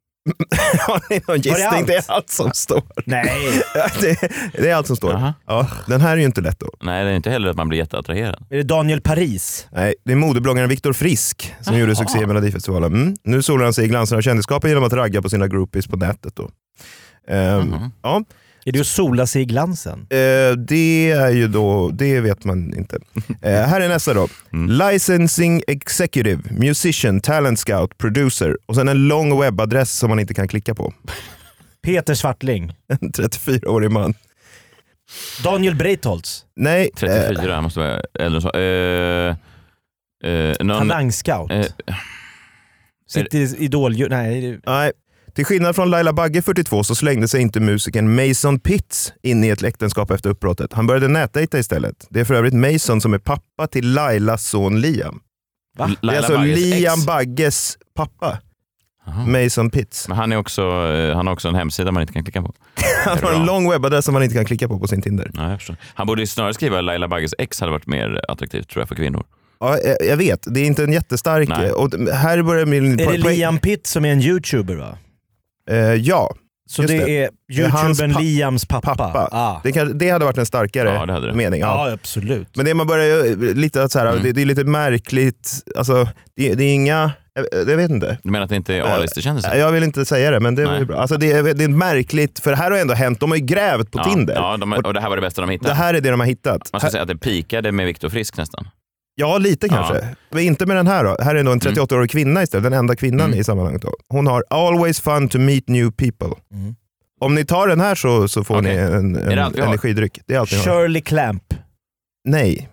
har ni någon gissning? allt? Det är allt som står. Nej, det, det är allt som står. Jaha. Ja, den här är ju inte lätt då. Nej, det är inte heller att man blir jätteattraherad. är det Daniel Paris? Nej, det är modebloggaren Viktor Frisk som gjorde succé i Melodifestivalen. Mm. Nu solar han sig i glansen av kändisskapet genom att ragga på sina groupies på nätet då. Ehm, Mhm. Ja, Är det att sola sig i glansen? eh, det är ju då, det vet man inte. Eh, här är nästa då. Licensing Executive, Musician, Talent Scout, Producer och sen en lång webbadress som man inte kan klicka på. Peter Svartling. En trettiofyraårig man. Daniel Breitholtz. Nej, eh, trettiofyra, han måste vara äldre än så. Eh, eh, någon, Talangscout. eh, Sitter i Idol... Nej, det- nej. Till skillnad från Laila Bagge, fyrtiotvå, så slängde sig inte musikern Mason Pitts in i ett äktenskap efter uppbrottet. Han började nätdejta istället. Det är för övrigt Mason som är pappa till Lailas son Liam. Va? Det är Laila alltså Bagges Liam ex. Bagges pappa. Aha. Mason Pitts. Men han, är också, eh, han har också en hemsida man inte kan klicka på. Han har en lång webbadress som man inte kan klicka på på sin Tinder. Ja, jag förstår. Han borde ju snarare skriva Laila Bagges ex hade varit mer attraktivt tror jag för kvinnor. Ja, jag- jag vet, det är inte en jättestark... Nej. Och här börjar min... Är det Liam Pitt som är en youtuber, va? Eh, ja, Så Just det, det. är Det är hans youtubern pa- Liams pappa? pappa. Ah. det, kan, det hade varit en starkare Ja, det hade det. mening. Ja. Ja, absolut. Men det man börjar lite att så här, Mm. det, det är lite märkligt, alltså det, det är inga, jag, jag vet inte. Du menar att det inte är A-listekändisar? Jag vill inte säga det, men det är Nej. väl bra. Alltså det, är, det är märkligt, för det här har ändå hänt, de har ju grävt på ja, Tinder. Ja, de, och det här var det bästa de hittade. Det här är det de har hittat. Man ska Här, säga att det pikade med Viktor Frisk nästan. ja, lite kanske. Ja. Men inte med den här då. Här är ändå en trettioåttaårig kvinna istället, den enda kvinnan Mm. i sammanhanget då. Hon har always fun to meet new people. Mm. Om ni tar den här så, så får Okej. ni en, det en allt vi har? energidryck. Det är allt ni har. Shirley Clamp. Nej.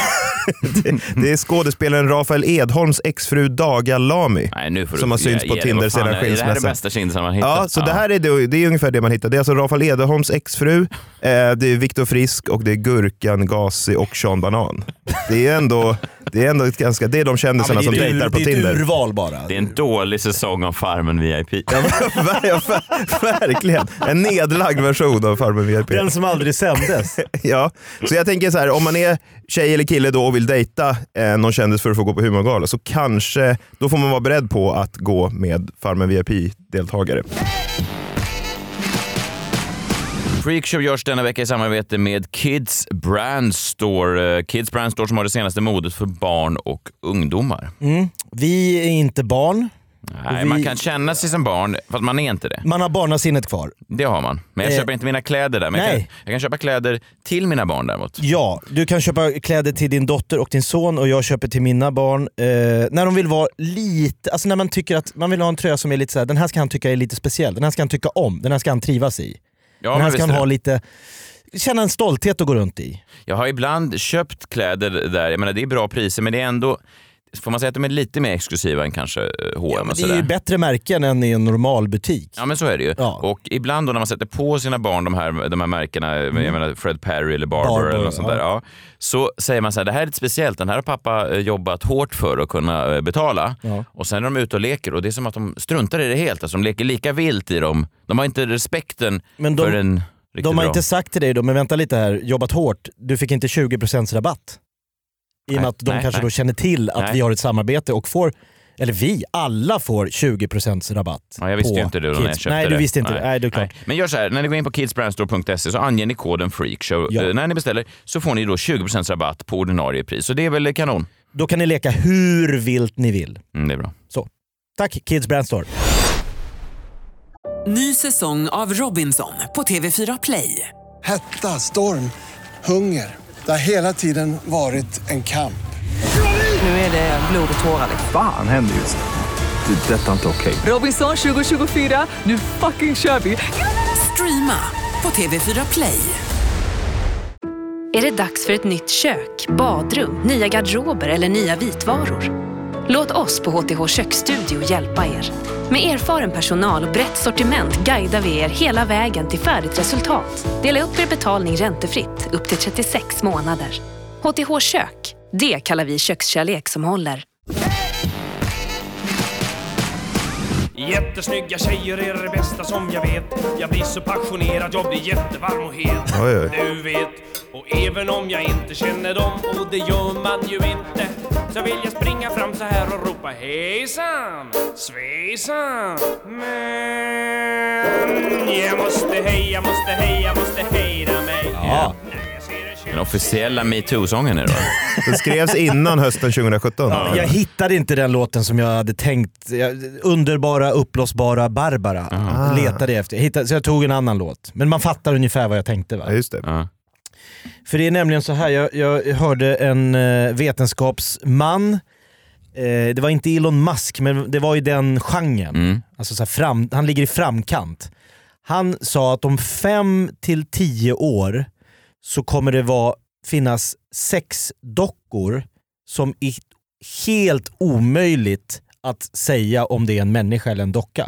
det, det är skådespelaren Rafael Edholms exfru Daga Lamy. Nej, nu får Som du har synts ge- på ge- Tinder vad fan sedan är- Det här är det skilsmässan. bästa kändisen man hittat. Ja, så det här är, det, det är ungefär det man hittar. Det är alltså Rafael Edholms exfru, eh, det är Viktor Frisk och det är Gurkan Ghazi och Sean Banan. Det är ändå, det är ändå ett ganska, det är de kändisarna som dejtar på Det är ett Tinder. urval bara. Det är en dålig säsong av Farmen V I P. Ja, ver- ja, ver- verkligen. En nedlagd version av Farmen V I P. Den som aldrig sändes. Ja, så jag tänker så här, om man är tjej eller kille då och vill dejta eh, någon kändis för att få gå på humorgala, så kanske, då får man vara beredd på att gå med Farmen V I P-deltagare. Freakshow görs denna vecka i samarbete med Kids Brand Store. Kids Brand Store som har det senaste modet för barn och ungdomar. Mm. Vi är inte barn. Nej, vi- man kan känna sig som barn, fast man är inte det. Man har barnasinnet kvar. Det har man. Men jag Eh, köper inte mina kläder där. Men jag kan, nej. jag kan köpa kläder till mina barn däremot. Ja, du kan köpa kläder till din dotter och din son och jag köper till mina barn. Eh, när de vill vara lite, alltså när man tycker att man vill ha en tröja som är lite så här, den här ska han tycka är lite speciell, den här ska han tycka om, den här ska han trivas i. Ja, den här men ska visst han är ha det. lite känna en stolthet att gå runt i. Jag har ibland köpt kläder där, jag menar det är bra priser, men det är ändå, får man säga att de är lite mer exklusiva än kanske H och M. Ja, och det är ju bättre märken än i en normal butik. Ja, men så är det ju. Ja. Och ibland då när man sätter på sina barn de här, de här märkena, mm. jag menar Fred Perry eller Barber, Barber eller något sånt ja. där, ja, så säger man så här, det här är lite speciellt, den här har pappa jobbat hårt för att kunna betala. Ja. Och sen är de ute och leker och det är som att de struntar i det helt. Alltså de leker lika vilt i dem. De har inte respekten men de, för en riktigt de har bra. Inte sagt till dig då, men vänta lite här, jobbat hårt, du fick inte tjugo procent rabatt. I och med att de nej, kanske nej. då känner till att nej. vi har ett samarbete och får, eller vi, alla får tjugo procent rabatt. Ja, jag visste ju inte det när jag köpte Nej, du visste inte nej. det. Nej, det är klart. Nej. Men gör så här, när ni går in på kids brand store punkt se så anger ni koden Freakshow. Ja. När ni beställer så får ni då tjugo procent rabatt på ordinarie pris. Så det är väl kanon. Då kan ni leka hur vilt ni vill. Mm, det är bra. Så. Tack Kids Brand Store. Ny säsong av Robinson på T V fyra Play. Hetta, storm, hunger. Det har hela tiden varit en kamp. Nu är det blod och tårar. Fan händer just det. Det är detta inte okej. Robinson tjugo tjugofyra, nu fucking kör vi. Streama på T V fyra Play. Är det dags för ett nytt kök, badrum, nya garderober eller nya vitvaror? Låt oss på H T H Köksstudio hjälpa er. Med erfaren personal och brett sortiment guidar vi er hela vägen till färdigt resultat. Dela upp er betalning räntefritt upp till trettiosex månader. H T H Kök, det kallar vi kökskärlek som håller. Jättesnygga tjejer är det bästa som jag vet. Jag blir så passionerad, jag blir jättevarm och het. Oj, oj. Du vet, och även om jag inte känner dem, och det gör man ju inte, så vill jag springa fram så här och ropa hejsan, svejsan. Men jag måste heja, måste heja, måste hejda mig. Ja. Den officiella MeToo-sången är det då? Den skrevs innan hösten tjugosjutton. Ja, jag hittade inte den låten som jag hade tänkt. Jag, underbara, uppblåsbara Barbara. Ah. Letade efter. Jag hittade, så jag tog en annan låt. Men man fattar ungefär vad jag tänkte, va? Ja, just det. Ah. För det är nämligen så här, jag, jag hörde en uh, vetenskapsman. Uh, det var inte Elon Musk, men det var i den genren. Mm. Alltså så här fram, han ligger i framkant. Han sa att om fem till tio år så kommer det vara, finnas sex dockor som är helt omöjligt att säga om det är en människa eller en docka.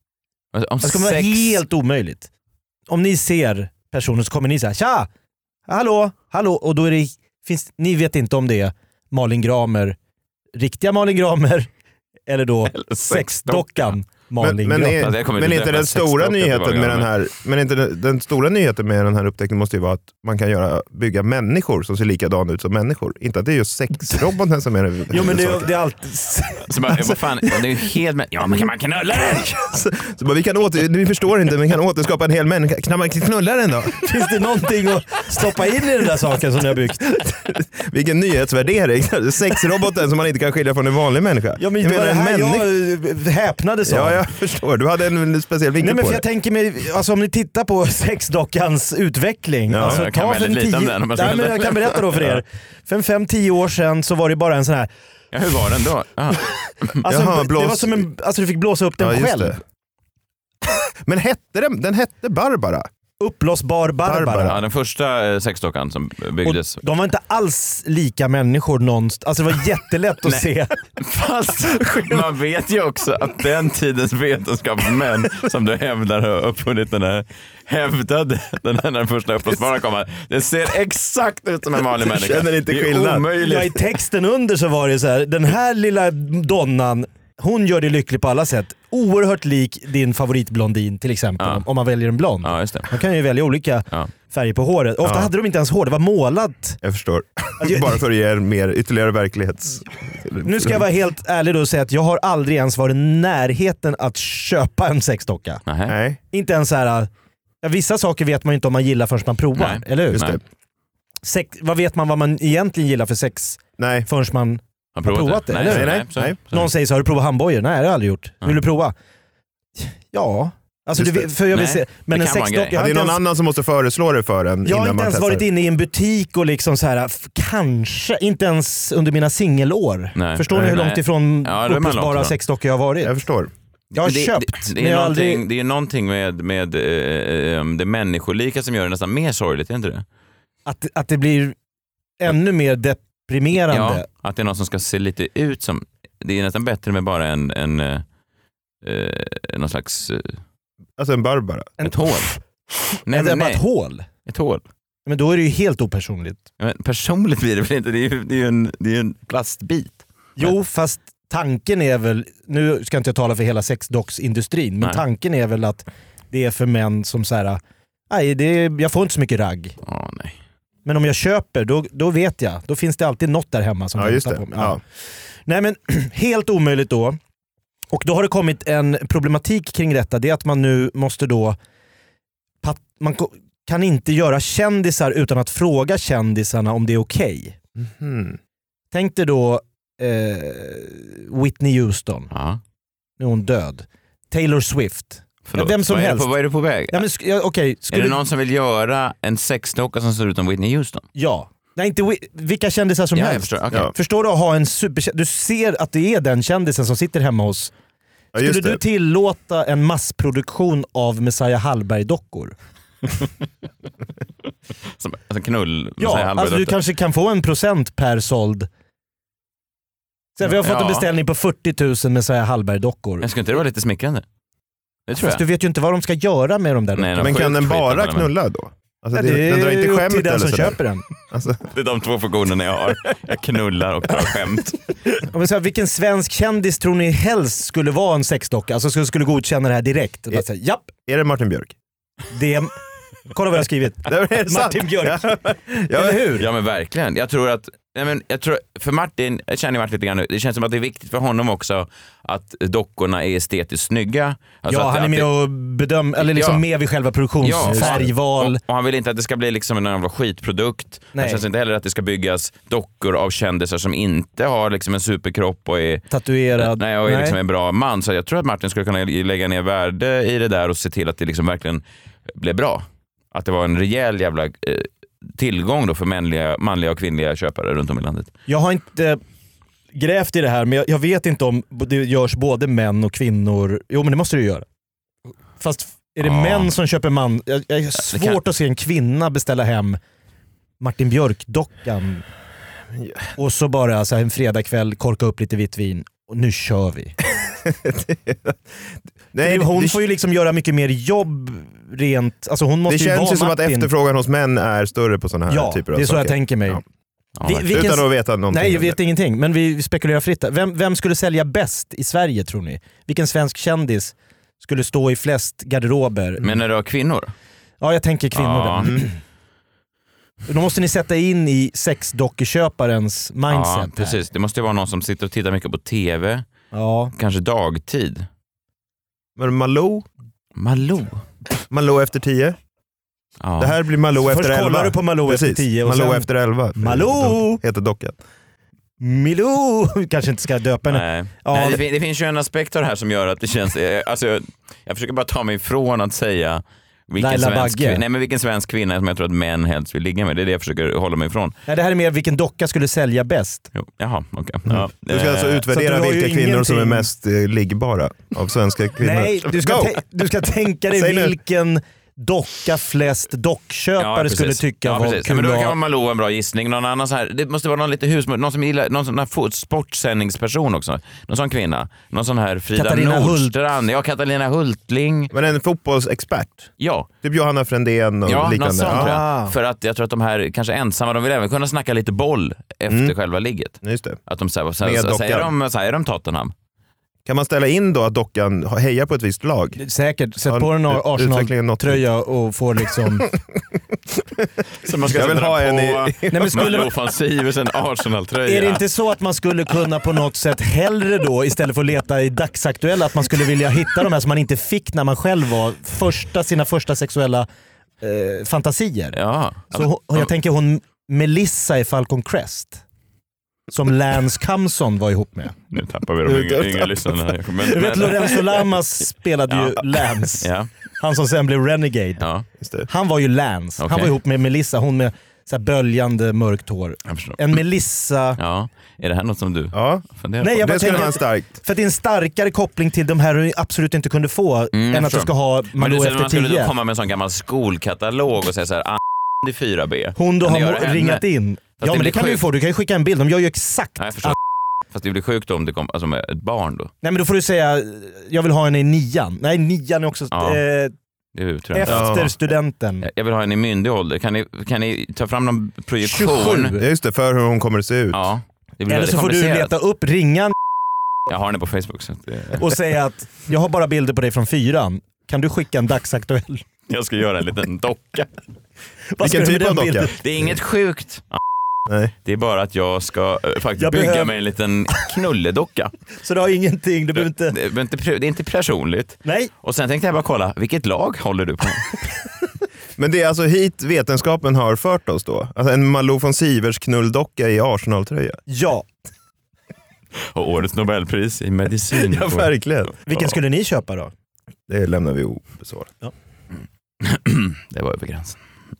Om det kommer sex... vara helt omöjligt. Om ni ser personer så kommer ni säga tja, hallå, hallå, och då är det, finns, ni vet inte om det är Malin Gramer, riktiga Malin Gramer eller då eller sexdockan. Men, men, är, men inte den stora nyheten med den här, men inte den, den stora nyheten med den här upptäckningen måste ju vara att man kan göra, bygga människor som ser likadana ut som människor. Inte att det är just sexroboten som är det. Jo, men det, det är alltid... Så bara, vad fan, det är ju helt... Ja, men kan man knulla den? så, så bara, vi kan åter, ni förstår inte, men vi kan återskapa en hel människa. Kan man knulla den då? Finns det någonting att stoppa in i den där saken som ni har byggt? Vilken nyhetsvärdering. Sexroboten som man inte kan skilja från en vanlig människa. Ja, men det var det här jag häpnade så. Ja, jag förstår. Du hade en speciell vinkel. Nej, men på för det. Jag tänker mig, alltså om ni tittar på sexdockans utveckling. Ja, alltså, jag kan väldigt lite tio, om den. Om nej, men jag kan berätta då för er. För fem tio år sedan så var det bara en sån här... Ja, hur var den då? alltså, Jaha, blås... Det var som en... Alltså du fick blåsa upp den ja, själv. Det. Men hette den? Den hette Barbara. Uppblåsbar Barbara. Barbara. Ja, den första sexdockan som byggdes. Och de var inte alls lika människor någonstans. Alltså det var jättelätt att se. Fast man vet ju också att den tidens vetenskapsmän som du hävdar har uppfunnit den här hävdade den här den första uppblåsbara kommer. Det ser exakt ut som en vanlig människa. Känner inte skillnad. Ja, i texten under så var det så här, den här lilla donnan, hon gör dig lycklig på alla sätt. Oerhört lik din favoritblondin till exempel, ja. om man väljer en blond. Ja, just det. Man kan ju välja olika ja. färger på håret. Ofta ja. hade de inte ens hår, det var målat. Jag förstår. Alltså, bara för att ge er mer ytterligare verklighets... Nu ska jag vara helt ärlig då och säga att jag har aldrig ens varit i närheten att köpa en sexdocka. Nej. Inte ens så här. Ja, vissa saker vet man inte om man gillar förrän man provar, nej. eller hur? Just det. Sex, vad vet man vad man egentligen gillar för sex nej. förrän man har provat, provat det? det nej, eller? Nej, nej, nej. Någon säger så, har du provat hamburgare? Nej, det har jag aldrig gjort. Mm. Vill du prova? Ja. Alltså, du, för jag vill se, men en sexdocka... Det är någon ens, annan som måste föreslå det för en. Jag har inte ens varit inne i en butik och liksom så här, kanske, inte ens under mina singelår. Nej. Förstår nej, ni hur nej. långt ifrån ja, uppblåsbara sexdockor jag har varit? Jag förstår. Jag har det, köpt. Det, det, är jag någonting, aldrig... det är någonting med, med eh, det människolika som gör det nästan mer sorgligt, är inte det? Att, att det blir ännu mer deprimerande. Ja, att det är någon som ska se lite ut som... Det är nästan bättre med bara en... en eh, någon slags... Eh, alltså en Barbara. Ett hål. Nej, är det bara ett hål? Ett hål. Men då är det ju helt opersonligt. Men personligt blir det väl inte? Det är ju, det är ju en, det är en plastbit. Jo, fast tanken är väl... Nu ska inte jag tala för hela sexdocksindustrin, men Nej. tanken är väl att det är för män som så här... Nej, det är, jag får inte så mycket ragg. Oh, nej. Men om jag köper, då, då vet jag. Då finns det alltid något där hemma som ja, just det. på mig. Ja. Ja. Nej, men helt omöjligt då. Och då har det kommit en problematik kring detta. Det är att man nu måste då... Man kan inte göra kändisar utan att fråga kändisarna om det är okej. Okay. Mm. Tänk dig då eh, Whitney Houston. Ja. Nu är hon död. Taylor Swift. Förlåt, vem som vad, är helst. på, vad är du på väg? Ja, men, ja, okay. Är det någon som vill göra en sexdocka som ser ut som Whitney Houston? Ja. Nej, inte vilka kändisar som ja, helst. Förstår, okay. ja. förstår du att ha en super... Du ser att det är den kändisen som sitter hemma hos... Skulle ja, du tillåta en massproduktion av Messiah Hallberg-dockor? Som alltså knull? Ja, alltså du kanske kan få en procent per såld. Så vi har fått ja. en beställning på fyrtio tusen Messiah Hallberg-dockor. Men ska inte det vara lite smickrande? Det tror Fast jag. du vet ju inte vad de ska göra med de där. Nej, men kan den bara knulla då? Alltså, ja, det, det den drar inte skämt till den som sådär. köper den. Alltså. Det är de två funktionerna jag har. Jag knullar och tar skämt. Men så här, vilken svensk kändis tror ni helst skulle vara en sexdocka? Alltså skulle, skulle godkänna det här direkt? Och bara säga, japp. Är det Martin Björk? Det är... Kolla vad jag har skrivit. Martin Björk. Ja. Ja, eller hur? Ja men verkligen. Jag tror att, nej, men jag tror, för Martin, jag känner Martin lite grann nu, det känns som att det är viktigt för honom också att dockorna är estetiskt snygga. Alltså ja, att, han är med det, och bedöm, eller liksom ja. med vid själva produktionsfärgval. Ja, och, och han vill inte att det ska bli liksom en jävla skitprodukt. Nej. Det känns inte heller att det ska byggas dockor av kändisar som inte har liksom en superkropp och är tatuerad. Nej, och är nej. liksom en bra man. Så jag tror att Martin skulle kunna lägga ner värde i det där och se till att det liksom verkligen blir bra. Att det var en rejäl jävla eh, tillgång då för manliga, manliga och kvinnliga köpare runt om i landet. Jag har inte grävt i det här, men jag, jag vet inte om det görs både män och kvinnor. Jo, men det måste det ju göra. Fast är det ja. män som köper man? Jag, jag är svårt att se en kvinna beställa hem Martin Björk-dockan och så bara så här, en fredagkväll korka upp lite vitt vin och nu kör vi. Nej, hon det, får ju liksom göra mycket mer jobb rent, alltså hon måste det ju känns vara ju som Martin. att efterfrågan hos män är större på sådana här ja, typer av saker. Ja, det är så jag tänker mig. Ja. Vi, ja, vilken, utan att veta någonting. Nej, jag vet ingenting, men vi spekulerar fritt. Vem, vem skulle sälja bäst i Sverige tror ni? Vilken svensk kändis skulle stå i flest garderober? Men är det kvinnor? Ja, jag tänker kvinnor. Ja. Mm. Då måste ni sätta in i sexdockeköparens mindset. Ja, precis. Här. Det måste ju vara någon som sitter och tittar mycket på tv. Ja. Kanske dagtid. Men Malou? Malou? Malou efter tio? Ja. Det här blir Malou efter elva. Först kollar du på Malou Precis. efter tio. Och Malou sen... efter elva. Malou! Heter dockan. Milou! Kanske inte ska döpa henne. Nej. Ja. Nej, det, fin- det finns ju en aspekt av det här som gör att det känns... Alltså, jag, jag försöker bara ta mig ifrån att säga vilken svensk, kvin- nej, men vilken svensk kvinna som jag tror att män helst vill ligga med. Det är det jag försöker hålla mig ifrån. Nej, det här är mer vilken docka skulle sälja bäst. Jo, jaha, okej. Okay. Mm. Ja. Du ska alltså utvärdera vilka kvinnor ingenting... som är mest eh, liggbara av svenska kvinnor. Nej, du ska, te- du ska tänka dig vilken docka flest dockköpare ja, skulle tycka ja, var precis. kul. Men då kan vara Malou en bra gissning. Någon annan så här, det måste vara någon lite husmor, någon som gillar någon sån här sportsändningsperson också. Någon sån kvinna. Någon sån här Frida Katarina Nordstrand. Ja, Katarina Hultling. Men en fotbollsexpert? Ja. Typ Johanna Frändén och ja, liknande. Ja, ah. För att jag tror att de här kanske ensamma, de vill även kunna snacka lite boll efter mm. själva ligget. Just det. Att de säger, så, så, säger de, säger de Tottenham. Kan man ställa in då att dockan hejar på ett visst lag? Säkert. Sätt på en Arsenal-tröja och få liksom... Så man ska jag vill ha en i... Nej, men skulle man... offensivs en Arsenal-tröja. Är det inte så att man skulle kunna på något sätt hellre då, istället för att leta i dagsaktuella, att man skulle vilja hitta de här som man inte fick när man själv var första, sina första sexuella eh, fantasier? Ja. Så hon, jag tänker hon Melissa i Falcon Crest. Som Lance Kamson var ihop med. Nu tappar vi de inga, inga lyssnarna här. Men, du vet, men... Lorenzo Lamas spelade ju ja. Lance. Ja. Han som sen blev Renegade. Ja. Han var ju Lance. Okay. Han var ihop med Melissa, hon med så här böljande mörkt hår. En Melissa. Ja, är det här något som du ja. funderar Nej, på? jag det skulle tänker, vara starkt. För att det är en starkare koppling till de här du absolut inte kunde få mm, än att du ska ha Malou efter tio. Man skulle då komma med en sån gammal skolkatalog och säga så här, i fyra B. Hon då har ringat in. Fast ja men det kan sjukt. Du få, du kan ju skicka en bild, de gör ju exakt. Nej, jag förstår. Fast det blir sjukt om det kommer alltså med ett barn då. Nej men då får du säga, jag vill ha en i nian. Nej, nian är också... Ja. Eh, Efter ja. studenten. Jag vill ha en i myndig ålder. Kan ni, kan ni ta fram någon projektion? tjugosju. Just det, för hur hon kommer att se ut. Ja. Det blir eller så får du leta upp ringan. Jag har den på Facebook. Så att det... Och säga att jag har bara bilder på dig från fyran. Kan du skicka en dagsaktuell? Jag ska göra en liten docka. Vilken typ av docka? Det är inget sjukt. Nej. Det är bara att jag ska äh, faktiskt jag bygga behöver... mig en liten knulledocka. Så det har ingenting, du behöver inte... Det, det, inte... det är inte personligt. Nej. Och sen tänkte jag bara kolla, vilket lag håller du på? Men det är alltså hit vetenskapen har fört oss då? Alltså en Malou von Sivers knulldocka i Arsenal-tröja? Ja. Och årets Nobelpris i medicin. Ja, verkligen. Vilken skulle ni köpa då? Det lämnar vi obesvarat. Ja. Det var över gränsen.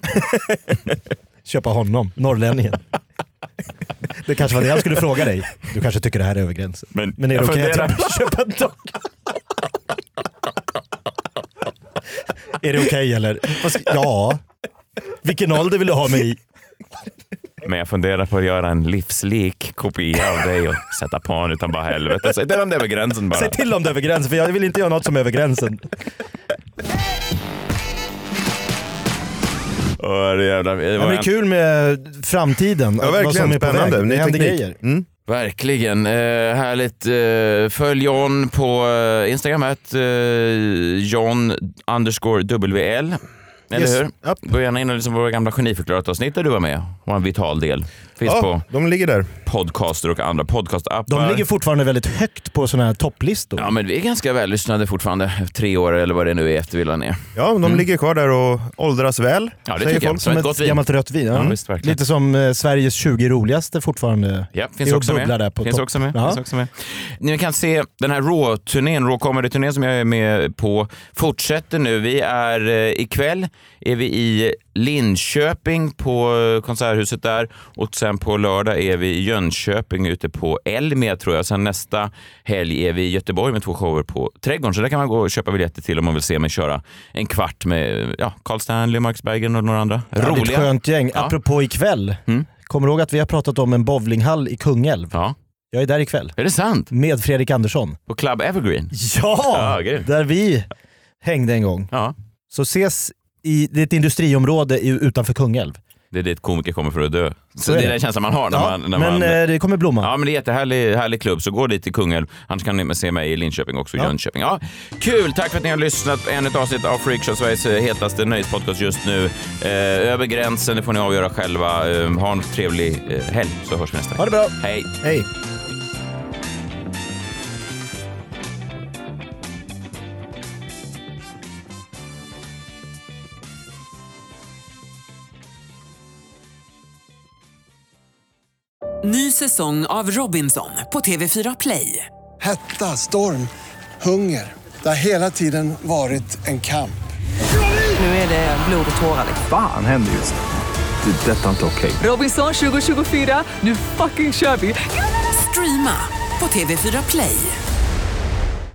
Köpa honom, norrlänningen. Det kanske var det jag skulle fråga dig. Du kanske tycker det här är över gränsen. Men, Men är det okej okay att köpa en docka? Är det okej okay, eller? Ja. Vilken ålder vill du ha mig i? Men jag funderar på att göra en livslik kopia av dig och sätta på honom utan bara helvete. Säg till om det är över gränsen bara. Säg till om det är över gränsen, för jag vill inte göra något som är över gränsen. Oh, det, jävla, det, var det är kul med framtiden. Ja, verkligen. Vad som är på spännande. väg. Det händer grejer. Mm. Verkligen. Eh, härligt. Eh, följ John på eh, Instagram. Att, eh, John underscore W L. Eller yes. hur? Yep. Gå gärna in och liksom våra gamla geniförklarat avsnitt där du var med. Och en vital del. Finns ja, på de ligger där. podcaster och andra podcastappar. De ligger fortfarande väldigt högt på såna här topplistor. Ja, men vi är ganska vällyssnade fortfarande. Tre år eller vad det nu är efter vi la ner. Ja, de mm. ligger kvar där och åldras väl. Ja, det tycker jag. Som ett, ett gammalt rött vin. Ja. Ja, visst, lite som eh, Sveriges tjugo roligaste fortfarande. Ja, finns också med. Där på finns, topp. också med. Ja. finns också med. Ni kan se den här Raw-turnén, Raw-comedy-turnén som jag är med på, fortsätter nu. Vi är eh, ikväll är vi i Linköping på konserthuset där och sen på lördag är vi i Jönköping ute på Elmia tror jag. Sen nästa helg är vi i Göteborg med två shower på Trädgården. Så där kan man gå och köpa biljetter till om man vill se mig köra en kvart med ja, Carl Stanley, Marcus Bergen och några andra. Ja, roliga. Det är ett skönt gäng. Ja. Apropå ikväll. Mm. Kommer du ihåg att vi har pratat om en bowlinghall i Kungälv? Ja. Jag är där ikväll. Är det sant? Med Fredrik Andersson. På Club Evergreen? Ja! ja där vi hängde en gång. Ja. Så ses i det är ett industriområde utanför Kungälv. Det är dit komiker kommer för att dö. Så, så det är den känslan man har när ja, man... När men man, det kommer blomma. Ja, men det är en jättehärlig härlig klubb. Så gå dit till Kungälv. Annars kan ni se mig i Linköping också, ja. Jönköping. Ja, kul! Tack för att ni har lyssnat på ännu ett avsnitt av Freakshow, Sveriges hetaste nöjespodcast just nu. Eh, över gränsen, det får ni avgöra själva. Eh, ha en trevlig eh, helg, så hörs vi nästa. Ha det bra! Hej! Hej! Ny säsong av Robinson på T V fyra Play. Hetta, storm, hunger. Det har hela tiden varit en kamp. Nu är det blod och tårar. Fan händer just det. Det är detta inte okej. Okay. Robinson tjugo tjugofyra, nu fucking kör vi. Streama på T V fyra Play.